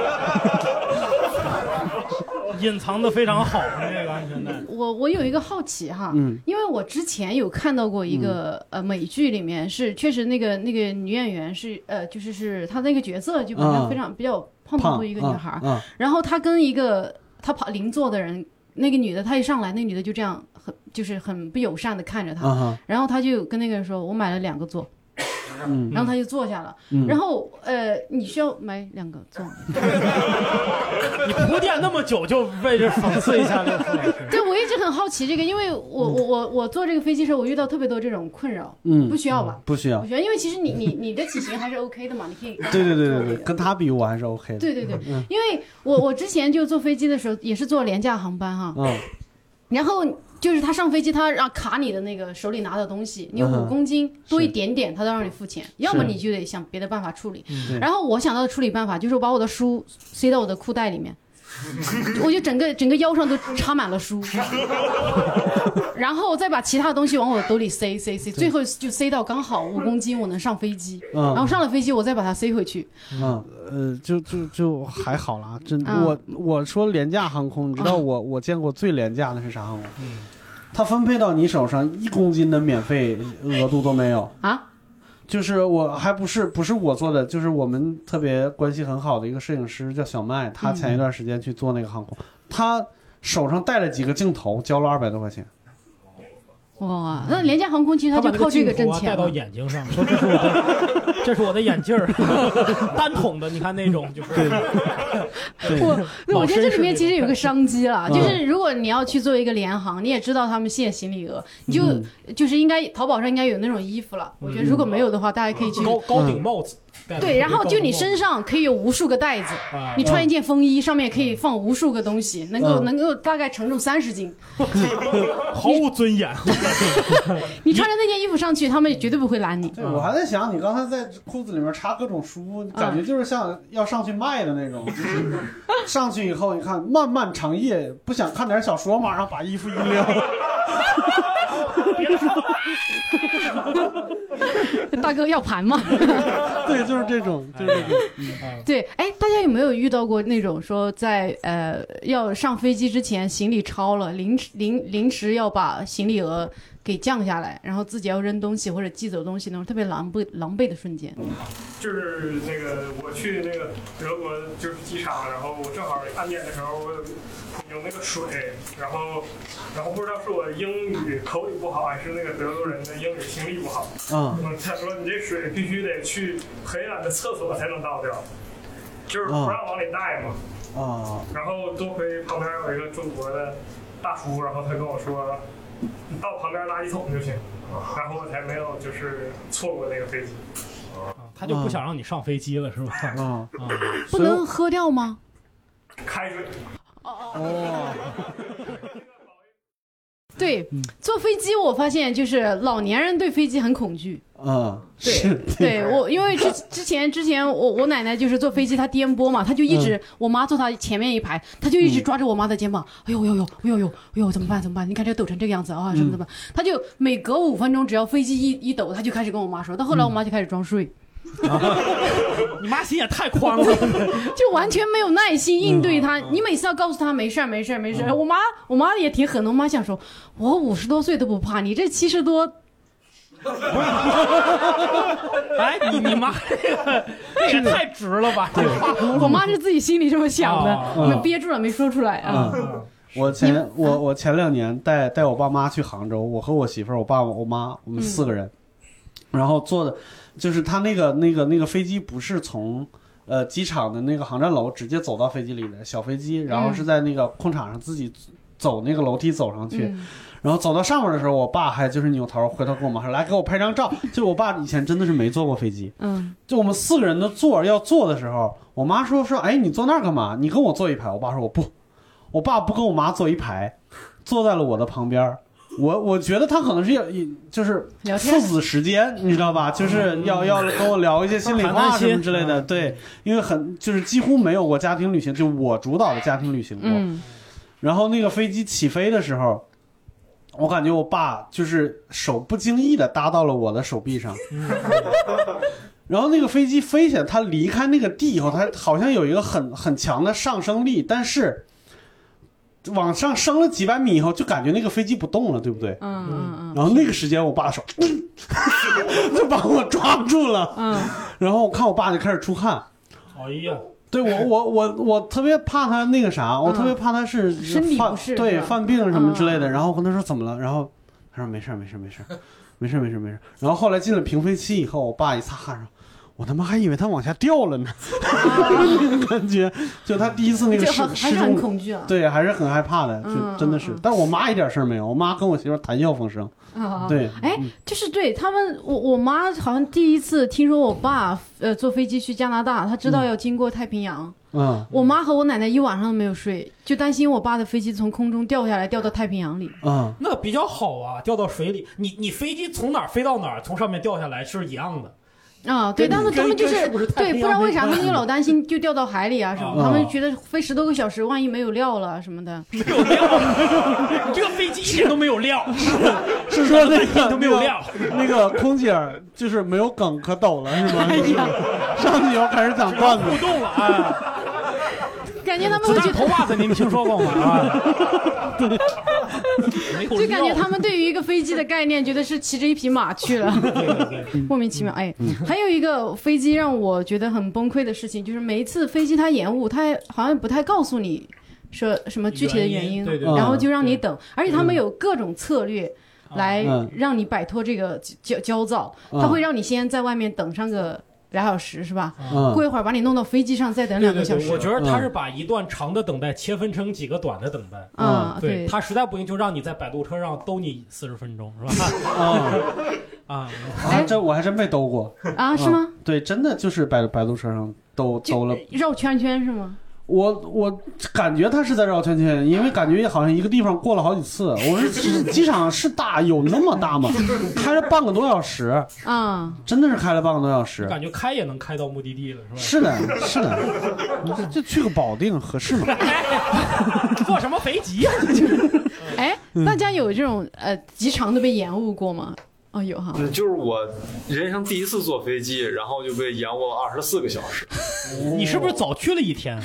隐藏的非常好那个安全带。 我有一个好奇哈，因为我之前有看到过一个美剧，里面是确实那个女演员是就是她那个角色就非常比较胖的一个女孩，然后她跟一个她邻座的人，那个女的她一上来，那女的就这样很不友善的看着她，然后她就跟那个人说：“我买了2个座。”然后他就坐下了，然后你需要买2个座。 你铺垫那么久，就为这讽刺一下这个。 对，我一直很好奇这个，因为我坐这个飞机的时候，我遇到特别多这种困扰。不需要吧？ 不需要， 因为其实你的体型还是 OK 的嘛，你可以。 对，跟他比我还是 OK 的。 对，因为我之前就坐飞机的时候也是坐廉价航班哈，然后就是他上飞机，他让卡你的那个手里拿的东西，你有5公斤多一点点，他都让你付钱，要么你就得想别的办法处理。然后我想到的处理办法就是我把我的书塞到我的裤袋里面。我就整个腰上都插满了书，然后再把其他的东西往我的兜里塞，最后就塞到刚好5公斤，我能上飞机。然后上了飞机，我再把它塞回去。 就还好啦，真我说廉价航空，你知道我见过最廉价的是啥航空？它分配到你手上1公斤的免费额度都没有啊。 就是我还不是我做的，就是我们特别关系很好的一个摄影师叫小麦，他前一段时间去做那个航空，他手上带了几个镜头，交了200多块钱。 哇，那廉价航空其实他就靠这个挣钱。 戴到眼睛上，说这是我的眼镜儿，单筒的，你看那种就是。 我觉得这里面其实有个商机了，就是如果你要去做一个联航，你也知道他们限行李额，你就是应该淘宝上应该有那种衣服了。我觉得如果没有的话，大家可以去高顶帽子。 对，然后就你身上可以有无数个袋子，你穿一件风衣，上面可以放无数个东西，能够大概承重30斤， 毫无尊严。 你穿着那件衣服上去，他们绝对不会拦你。 对，我还在想，你刚才在裤子里面插各种书，感觉就是像要上去卖的那种。就是上去以后，你看漫漫长夜，不想看点小说，马上把衣服一撩。 大哥要盘吗？ 对，就是这种， 对，哎，大家有没有遇到过那种说在要上飞机之前行李超了，临时要把行李额给降下来，然后自己要扔东西或者寄走东西那种特别狼狈的瞬间？ 就是那个我去那个德国就是机场，然后我正好安检的时候我有那个水，然后不知道是我英语口语不好，还是那个德国人的英语听力不好。他说你这水必须得去很远的厕所才能倒掉，就是不让往里带嘛。然后多亏旁边有一个中国的大叔，然后他跟我说，你到旁边垃圾桶就行，然后我才没有就是错过那个飞机。 他就不想让你上飞机了，是吧？ 不能喝掉吗？ 开水。 对，坐飞机我发现就是老年人对飞机很恐惧。对，我因为之前我奶奶就是坐飞机，她颠簸嘛，她就一直我妈坐她前面一排，她就一直抓着我妈的肩膀，哎呦怎么办？你看这抖成这个样子啊，什么？她就每隔5分钟，只要飞机一抖，她就开始跟我妈说，到后来我妈就开始装睡。 你妈心也太宽了， 就完全没有耐心应对他。你每次要告诉他没事。我妈也挺狠的，我妈想说，我50多岁都不怕，你这70多。 哎，你妈这也太直了吧！ 我妈是自己心里这么想的，憋住了没说出来啊。 我前2年带我爸妈去杭州，我和我媳妇儿、我爸、我妈，我们4个人，然后坐的。就是他那个飞机不是从机场的那个航站楼直接走到飞机里的小飞机，然后是在那个空场上自己走那个楼梯走上去，然后走到上面的时候，我爸还就是扭头回头跟我妈说，来给我拍张照。就我爸以前真的是没坐过飞机，就我们4个人的要坐的时候，我妈说哎你坐那儿干嘛？你跟我坐一排。我爸说我不，我爸不跟我妈坐一排，坐在了我的旁边。我觉得他可能是就是父子时间，你知道吧？就是要跟我聊一些心里话什么之类的。对，因为就是几乎没有过家庭旅行，就我主导的家庭旅行过。然后那个飞机起飞的时候，我感觉我爸就是手不经意的搭到了我的手臂上。然后那个飞机飞起来，它离开那个地以后，它好像有一个很强的上升力，但是往上升了几百米以后，就感觉那个飞机不动了，对不对？然后那个时间，我爸手就把我抓住了。然后我看我爸就开始出汗。 哎呀， 对我特别怕他那个啥，我特别怕他是身体不适， 对，犯病什么之类的。然后我跟他说怎么了，然后他说没事。然后后来进了平飞期以后，我爸一擦汗说， 我他妈还以为他往下掉了呢，那个感觉，就他第一次那个还是很恐惧啊， 对，还是很害怕的，就真的是。但是我妈一点事儿没有，我妈跟我媳妇谈笑风生。对， 哎，就是对他们，我妈好像第一次听说我爸坐飞机去加拿大，他知道要经过太平洋。我妈和我奶奶一晚上都没有睡，就担心我爸的飞机从空中掉下来，掉到太平洋里。 那比较好啊，掉到水里，你飞机从哪儿飞到哪儿，从上面掉下来是一样的。 对，他们就是对，不知道为啥他们就老担心就掉到海里啊什么，他们觉得飞10多个小时，万一没有料了什么的。 没有料，这个飞机一点都没有料， 是说那个都没有料， 那个空姐就是没有梗可抖了是吗？上去以后开始讲段子， 互动了啊。 感觉他们会觉得头袜子，您听说过吗？ 就感觉他们对于一个飞机的概念，觉得是骑着一匹马去了，莫名其妙。哎，还有一个飞机让我觉得很崩溃的事情，就是每一次飞机它延误，它好像不太告诉你说什么具体的原因，然后就让你等，而且他们有各种策略来让你摆脱这个焦躁，他会让你先在外面等上个2小时是吧？过一会儿把你弄到飞机上，再等2个小时。 我觉得他是把一段长的等待切分成几个短的等待。对，他实在不行就让你在摆渡车上兜你40分钟，是吧？ 这我还真被兜过啊？是吗？ 对，真的就是摆渡车上兜了， 绕圈圈是吗？ 我感觉他是在绕圈圈，因为感觉好像一个地方过了好几次。我说机场是大，有那么大吗？开了半个多小时啊，真的是开了半个多小时。 感觉开也能开到目的地了，是吧？ 是的，你这去个保定合适吗？ 坐什么飞机呀？ 哎，大家有这种极长的被延误过吗？有哈， 就是我人生第一次坐飞机，然后就被延误了24个小时。 你是不是早去了1天？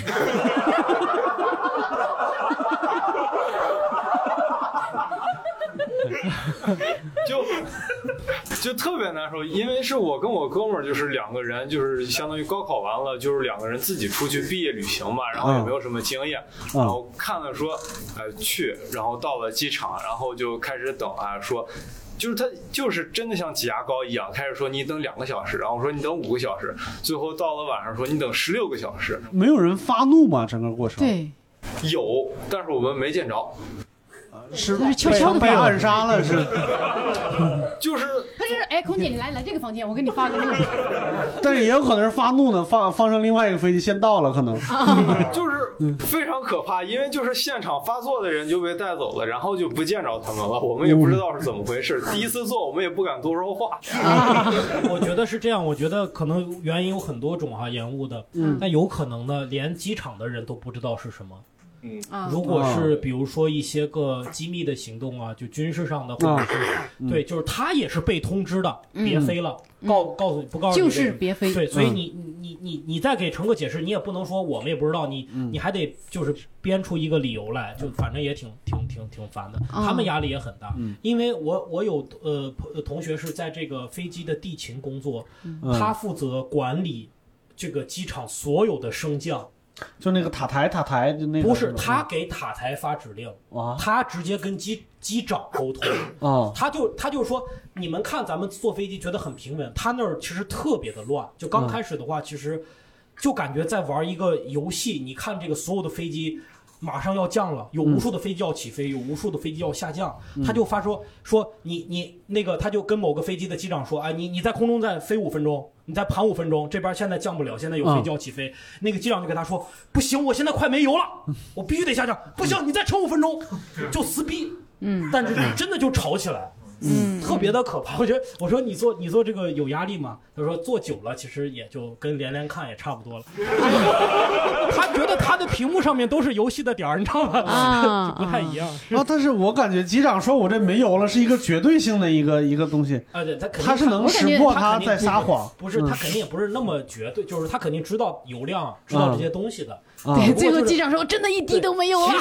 就特别难受，因为是我跟我哥们儿，就是2个人，就是相当于高考完了，就是2个人自己出去毕业旅行嘛，然后也没有什么经验，然后看了说，去，然后到了机场，然后就开始等啊，说。就是他就是真的像挤牙膏一样，开始说你等2个小时，然后说你等5个小时，最后到了晚上说你等16个小时。 没有人发怒吗？整个过程？ 对， 有，但是我们没见着。 是悄悄的被暗杀了是？ 就是他就是哎，空姐你来这个房间，我给你发个那个。 但是也有可能是发怒呢，放上另外一个飞机先到了，可能就是非常可怕，因为就是现场发作的人就被带走了，然后就不见着他们了，我们也不知道是怎么回事。第一次做我们也不敢多说话。 我觉得是这样，我觉得可能原因有很多种延误的，但有可能呢，连机场的人都不知道是什么。如果是比如说一些个机密的行动啊，就军事上的，或者是对，就是他也是被通知的，别飞了，告诉你就是别飞。 对，所以你再给乘客解释，你也不能说我们也不知道，你还得就是编出一个理由来，就反正也挺烦的，他们压力也很大。因为我有同学是在这个飞机的地勤工作，他负责管理这个机场所有的升降。 就那个塔台就那个不是他给塔台发指令，他直接跟机长沟通他就说你们看咱们坐飞机觉得很平稳，他那儿其实特别的乱。就刚开始的话，其实就感觉在玩一个游戏。你看这个所有的飞机马上要降了，有无数的飞机要起飞，有无数的飞机要下降。他就发说你那个，他就跟某个飞机的机长说，哎，你在空中再飞5分钟，你再盘5分钟，这边现在降不了，现在有飞机要起飞。那个机长就跟他说，不行，我现在快没油了，我必须得下降。不行，你再撑5分钟，就撕逼。但是真的就吵起来。特别的可怕。我说你做这个有压力吗？他说做久了其实也就跟连看也差不多了。他觉得他的屏幕上面都是游戏的点儿，你知道吗？就不太一样。 但是我感觉机长说我这没油了是一个绝对性的一个东西。 对， 他是能识破他在撒谎。 不是，他肯定也不是那么绝对，就是他肯定知道油量，知道这些东西的。 对，最后机长说真的一滴都没有了。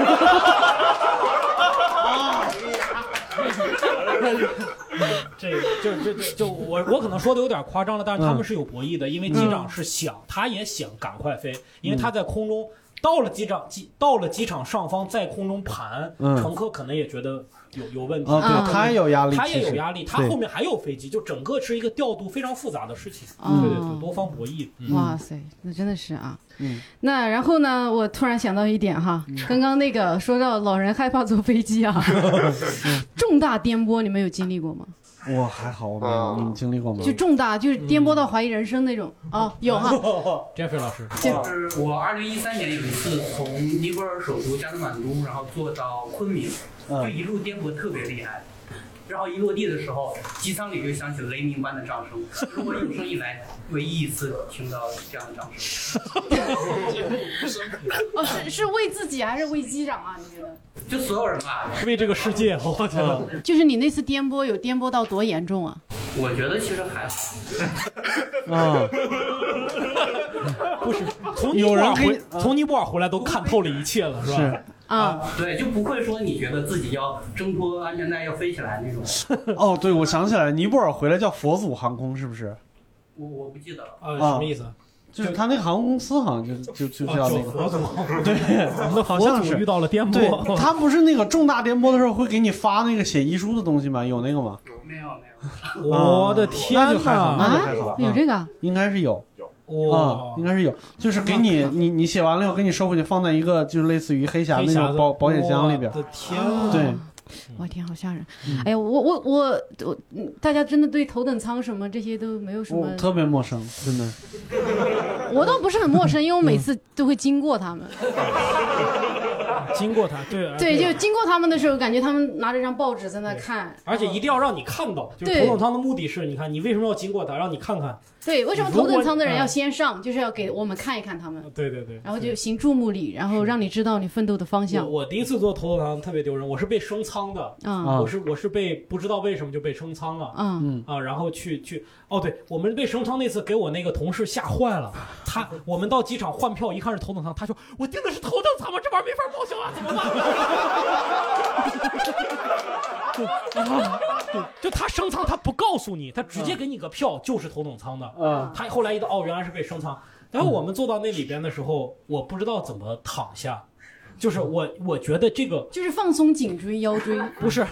这我可能说的有点夸张了，但是他们是有博弈的，因为机长是他也想赶快飞，因为他在空中到了机场上方在空中盘，乘客可能也觉得有问题。 对，他也有压力， 他也有压力，他后面还有飞机，就整个是一个调度非常复杂的事情。对对对，多方博弈。 哇塞，那真的是啊。那然后呢，我突然想到一点哈，刚刚那个说到老人害怕坐飞机啊，重大颠簸你们有经历过吗？ 我还好，我没有，你们经历过吗？ 就重大，就是颠簸到怀疑人生那种。有哈。 Jeffrey 老师， 我2013年有一次从尼泊尔首都加德满都，然后坐到昆明，就一路颠簸特别厉害。然后一落地的时候，机舱里就响起雷鸣般的掌声，是我有生以来唯一一次听到这样的掌声。 是为自己还是为机长啊？你觉得？ 就所有人吧， 是为这个世界。我天哪！ 就是你那次颠簸有颠簸到多严重啊？ 我觉得其实还好。不是，从尼泊尔回来都看透了一切了，是吧？ 对，就不会说你觉得自己要挣脱安全带要飞起来那种。 对，我想起来，尼泊尔回来叫佛祖航空，是不是？ 我不记得了。 什么意思？ 就是他那个航空公司好像就叫那个佛祖， 对，好像是遇到了颠簸。 对，他不是那个重大颠簸的时候会给你发那个写遗书的东西吗？有那个吗？ 没有。 我的天哪！ 那就还好， 有这个？ 应该是有。应该是有，就是给你写完了以后给你收回去，放在一个就是类似于黑匣那种保险箱里边。 我的天！ 对， 我天，好吓人！哎呀，我，大家真的对头等舱什么这些都没有什么， 特别陌生，真的。 我倒不是很陌生，因为我每次都会经过他们。 经过他， 对，就经过他们的时候，感觉他们拿着张报纸在那看， 而且一定要让你看到。就是头等舱的目的是，你看你为什么要经过他，让你看看。 对，为什么头等舱的人要先上，就是要给我们看一看他们。 对对对。 然后就行注目礼，然后让你知道你奋斗的方向。 我第一次坐头等舱特别丢人，我是被升舱的。我是被不知道为什么就被升舱了。然后去。对，我们被升舱那次给我那个同事吓坏了。我们到机场换票，一看是头等舱，他说我订的是头等舱吗？这玩意儿没法报销啊，怎么办？就他升舱，他不告诉你，他直接给你个票，就是头等舱的。他后来一到原来是被升舱。然后我们坐到那里边的时候，我不知道怎么躺下，就是我觉得这个就是放松颈椎腰椎， 不是。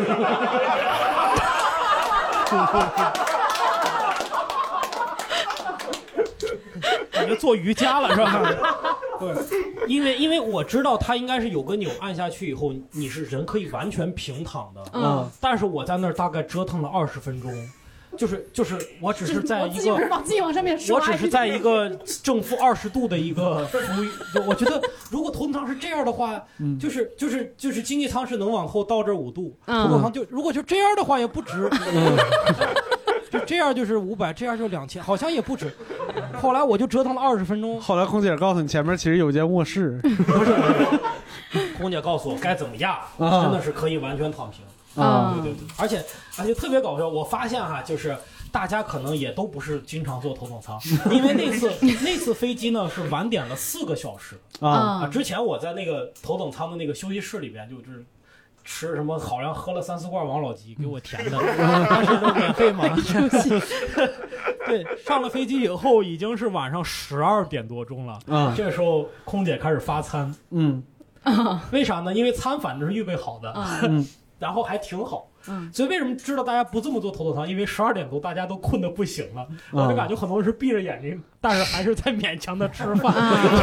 感觉做瑜伽了是吧？对，因为我知道它应该是有个钮，按下去以后你是人可以完全平躺的。但是我在那儿大概折腾了20分钟，就是我只是在一个把自己往上面刷， 我只是在一个正负20度的一个服务。我觉得如果头等舱是这样的话，就是经济舱是能往后倒这5度，头等舱如果就这样的话也不值。就这样就是500，这样就2000，好像也不止。后来我就折腾了20分钟。 后来空姐告诉你前面其实有间卧室， 不是，空姐告诉我该怎么压，真的是可以完全躺平。对，而且特别搞笑。我发现就是大家可能也都不是经常坐头等舱，因为那次飞机呢是晚点了4个小时之前我在那个头等舱的那个休息室里边就是吃什么，好像喝了3-4罐王老吉给我甜的，但是都免费嘛。对，上了飞机以后已经是晚上12点多钟了。这个时候空姐开始发餐。为啥呢？因为餐反正是预备好的。然后还挺好。所以为什么知道大家不这么做头等舱？因为12点多大家都困得不行了，我就感觉很多人是闭着眼睛，但是还是在勉强的吃饭。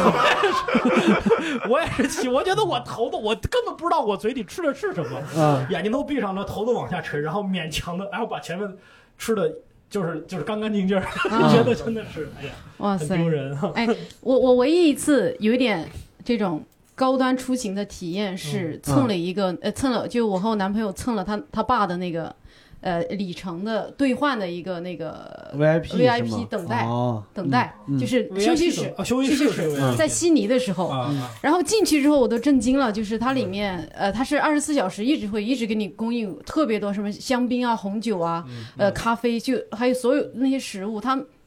我也是我觉得我根本不知道我嘴里吃的是什么，眼睛都闭上了，头都往下沉，然后勉强的，然后把前面吃的就是干干净净，觉得真的是哎呀，哇塞，很丢人。 哎，我唯一一次有一点这种高端出行的体验是蹭了，就我和我男朋友蹭了他爸的那个里程的兑换的一个那个 VIP 等待，就是休息室，在悉尼的时候，然后进去之后我都震惊了，就是它里面它是24小时一直给你供应特别多什么香槟啊、红酒啊、咖啡，就还有所有那些食物，它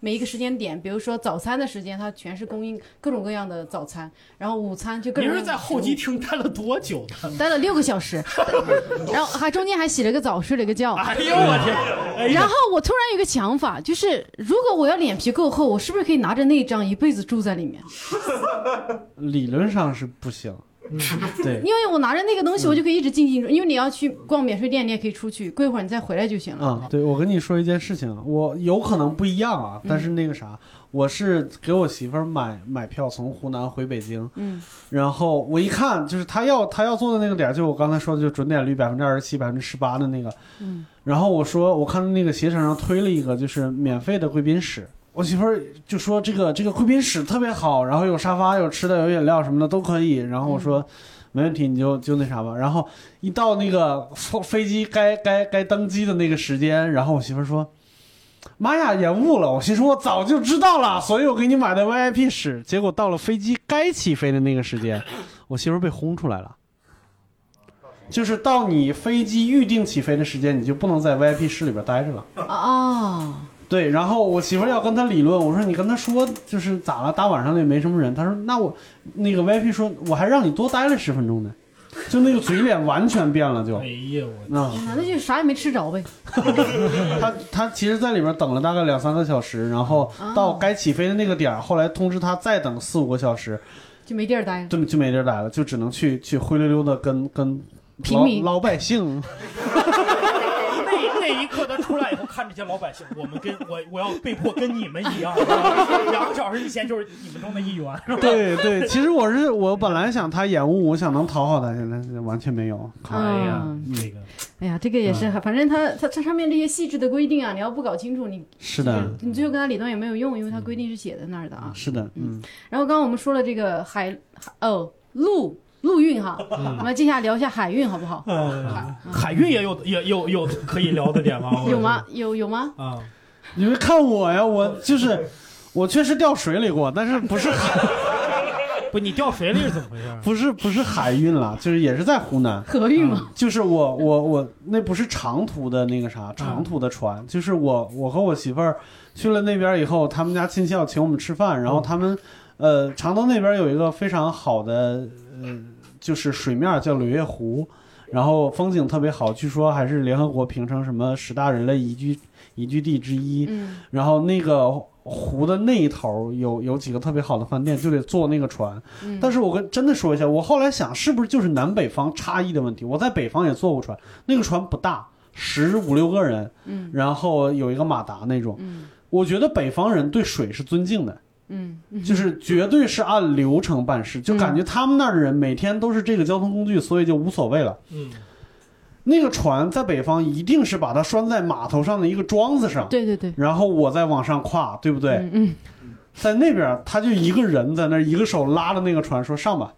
每一个时间点，比如说早餐的时间，它全是供应各种各样的早餐，然后午餐就各种。 你是在候机厅待了多久呢？ 待了6个小时，然后中间还洗了个澡，睡了个觉。 哎呦我天！ 然后我突然有个想法，就是如果我要脸皮够厚，我是不是可以拿着那张一辈子住在里面？ 理论上是不行。对， 因为我拿着那个东西，我就可以一直进，因为你要去逛免税店，你也可以出去，过一会儿你再回来就行了。 对，我跟你说一件事情，我有可能不一样啊，但是那个啥，我是给我媳妇儿买票从湖南回北京，然后我一看就是她要坐的那个点，就我刚才说的，就准点率27%、18%的那个，然后我说我看那个携程上推了一个就是免费的贵宾室。我媳妇儿就说这个贵宾室特别好，然后有沙发、有吃的、有饮料什么的都可以。然后我说没问题，你就那啥吧。然后一到那个飞机该登机的那个时间，然后我媳妇儿说：“妈呀，延误了！”我心说我早就知道了，所以我给你买的 VIP 室。结果到了飞机该起飞的那个时间，我媳妇儿被轰出来了。就是到你飞机预定起飞的时间，你就不能在 VIP 室里边待着了。 哦。对， 然后我媳妇儿要跟他理论，我说你跟他说就是咋了，大晚上的也没什么人。他说那我那个 VIP 说我还让你多待了10分钟呢，就那个嘴脸完全变了就。 哎呀我， 那就啥也没吃着呗。 他其实在里边等了大概2-3个小时，然后到该起飞的那个点，后来通知他再等4-5个小时， 就没地儿待了。 对，就没地儿待了，就只能去灰溜溜的跟平民老百姓。 那一刻他出来以后看这些老百姓，我要被迫跟你们一样，2个小时以前就是你们中的一员。 对，其实我本来想他延误，我想能讨好他，现在完全没有。 哎呀，这个也是，反正他上面这些细致的规定啊，你要不搞清楚，你是的， 你最后跟他理论也没有用，因为他规定是写在那儿的啊。 是的， 然后刚刚我们说了这个陆运哈，我们接下来聊一下海运好不好？ 海运也有可以聊的点吗？ 有吗？有吗？ 啊，你们看我呀，我确实掉水里过，但是不是不，你掉水里是怎么回事？不是海运了，就是也是在湖南河运嘛。 就是我那不是长途的那个啥，长途的船，就是我和我媳妇儿去了那边以后，他们家亲戚要请我们吃饭，然后他们常州那边有一个非常好的就是水面叫柳叶湖，然后风景特别好，据说还是联合国评成什么10大人类宜居地之一。然后那个湖的那一头有几个特别好的饭店，就得坐那个船。但是我真的说一下，我后来想是不是就是南北方差异的问题。我在北方也坐过船，那个船不大，15-16个人，然后有一个马达那种。我觉得北方人对水是尊敬的。就是绝对是按流程办事，就感觉他们那儿的人每天都是这个交通工具，所以就无所谓了。那个船在北方一定是把它拴在码头上的一个桩子上， 对， 然后我再往上跨，对不对？在那边他就一个人在那儿，一个手拉着那个船说上吧。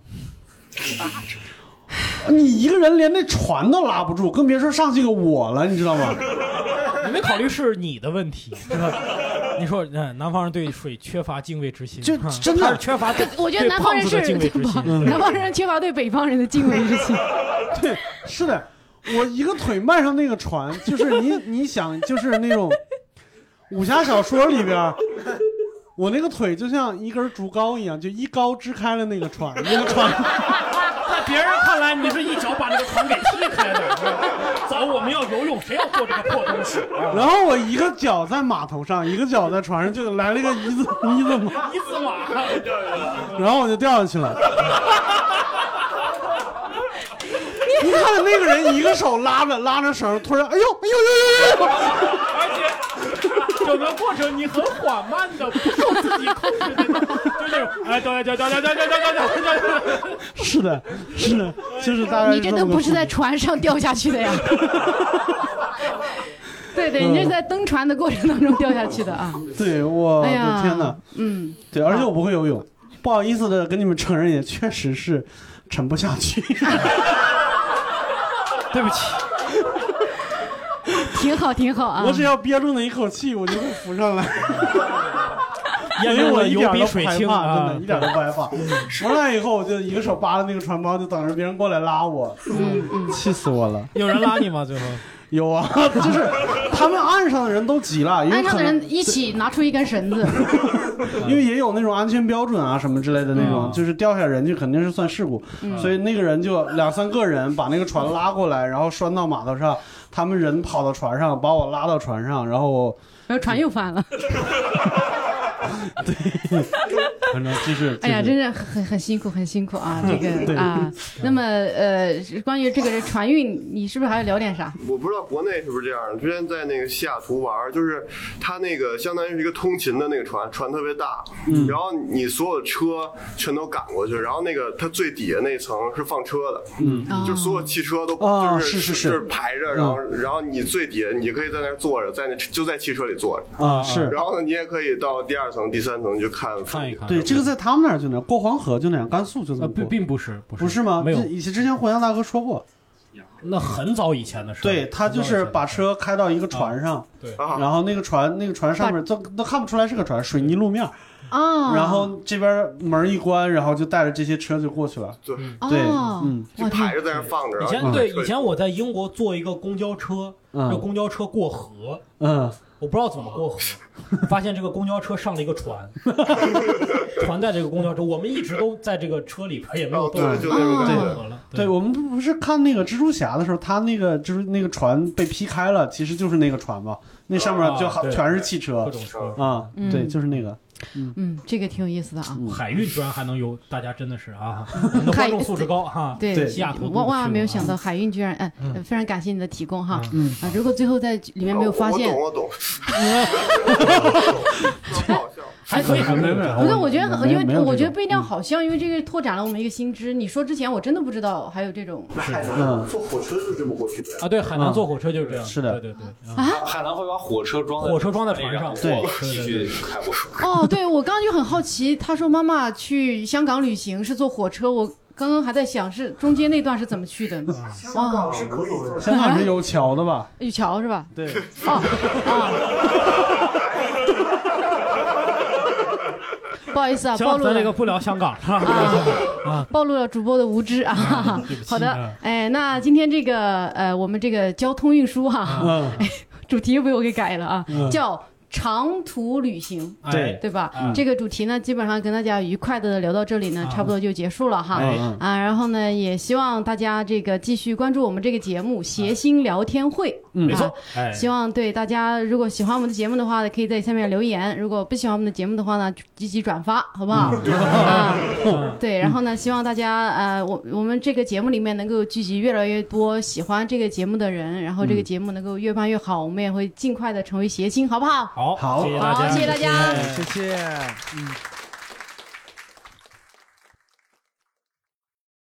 你一个人连那船都拉不住，更别说上去个我了，你知道吗？ 你没考虑是你的问题，是吧？你说，南方人对水缺乏敬畏之心， 就真的是缺乏对我觉得南方人是敬畏之心， 南方人缺乏对北方人的敬畏之心。 对，是的，我一个腿迈上那个船，就是你想，就是那种武侠小说里边，我那个腿就像一根竹篙一样，就一篙支开了那个船，那个船。 在别人看来，你是一脚把那个船给踢开的。走，我们要游泳，谁要做这个破东西？ 然后我一个脚在码头上，一个脚在船上，就来了一个一字马，然后我就掉下去了。你看那个人一个手拉着绳，突然，哎呦！ 而且整个过程你很缓慢的，不受自己控制的，就这种，哎，掉。 是的，就是大概。 你这都不是在船上掉下去的呀。对，你这是在登船的过程当中掉下去的啊。 对，我的天哪，对，而且我不会游泳，不好意思的跟你们承认，也确实是沉不下去。 对不起， 挺好啊！ 我只要憋住那一口气，我就会浮上来。 因为我油比水轻啊，真的一点都不害怕。浮上来以后，我就一个手扒着那个船包，就等着别人过来拉我。气死我了！ 有人拉你吗？最后有啊，就是他们岸上的人都急了，因为岸上的人一起拿出一根绳子， 因为也有那种安全标准啊什么之类的那种，就是掉下人就肯定是算事故，所以那个人就2-3个人把那个船拉过来，然后拴到码头上，他们人跑到船上，把我拉到船上，然后船又翻了。 对，反正就是， 哎呀，真是很辛苦，很辛苦啊！这个啊，那么关于这个船运，你是不是还要聊点啥？ 我不知道国内是不是这样的。之前在那个西雅图玩，就是它那个相当于是一个通勤的那个船特别大，然后你所有的车全都赶过去，然后那个它最底下那层是放车的，就所有汽车都就是排着，然后你最底下你可以在那儿坐着，就在汽车里坐着啊，是， 然后呢你也可以到第2层、第3层去看一看。对，这个在他们那儿就那样，过黄河就那样，甘肃就这么过。 并不是吗？ 没有， 之前火象大哥说过， 那很早以前的事。 对，他就是把车开到一个船上， 对， 然后那个船上面都看不出来是个船，水泥路面。然后这边门一关，然后就带着这些车就过去了。 对， 就排着在那放着。 以前我在英国坐一个公交车，这公交车过河，我不知道怎么过河，发现这个公交车上了一个船，船在这个公交车，我们一直都在这个车里边，也没有动， 就那种感觉了。 对，我们不是看那个蜘蛛侠的时候，他那个就是那个船被劈开了，其实就是那个船嘛，那上面就全是汽车， 各种车啊，对，就是那个。 这个挺有意思的啊。 海运居然还能有，大家真的是啊，观众素质高哈。 对， 西雅图万万没有想到海运居然，非常感谢你的提供哈。如果最后在里面没有发现， 我懂。 还可以， 不是，我觉得，因为我觉得不一定要好笑，因为这个拓展了我们一个新知。你说之前我真的不知道还有这种。 海南坐火车就是这么过去的啊？对，海南坐火车就是这样。 是的， 对。 啊， 海南会把火车装在船上， 对， 继续开过水。 哦，对，我刚刚就很好奇，他说妈妈去香港旅行是坐火车，我刚刚还在想是中间那段是怎么去的。 香港是可以坐，香港是有桥的吧？ 有桥是吧？ 对。 不好意思啊，暴露了这个不聊香港暴露了主播的无知啊。好的，那今天这个我们这个交通运输主题又被我给改了啊，叫长途旅行，对吧？这个主题呢，基本上跟大家愉快的聊到这里呢，差不多就结束了哈。然后呢，也希望大家这个继续关注我们这个节目《谐星聊天会》。 没错， 希望对大家如果喜欢我们的节目的话，可以在下面留言；如果不喜欢我们的节目的话呢，积极转发，好不好？对，然后呢，希望大家我们这个节目里面能够聚集越来越多喜欢这个节目的人，然后这个节目能够越办越好，我们也会尽快的成为谐星，好不好？ 好，谢谢大家， 谢谢大家， 谢谢。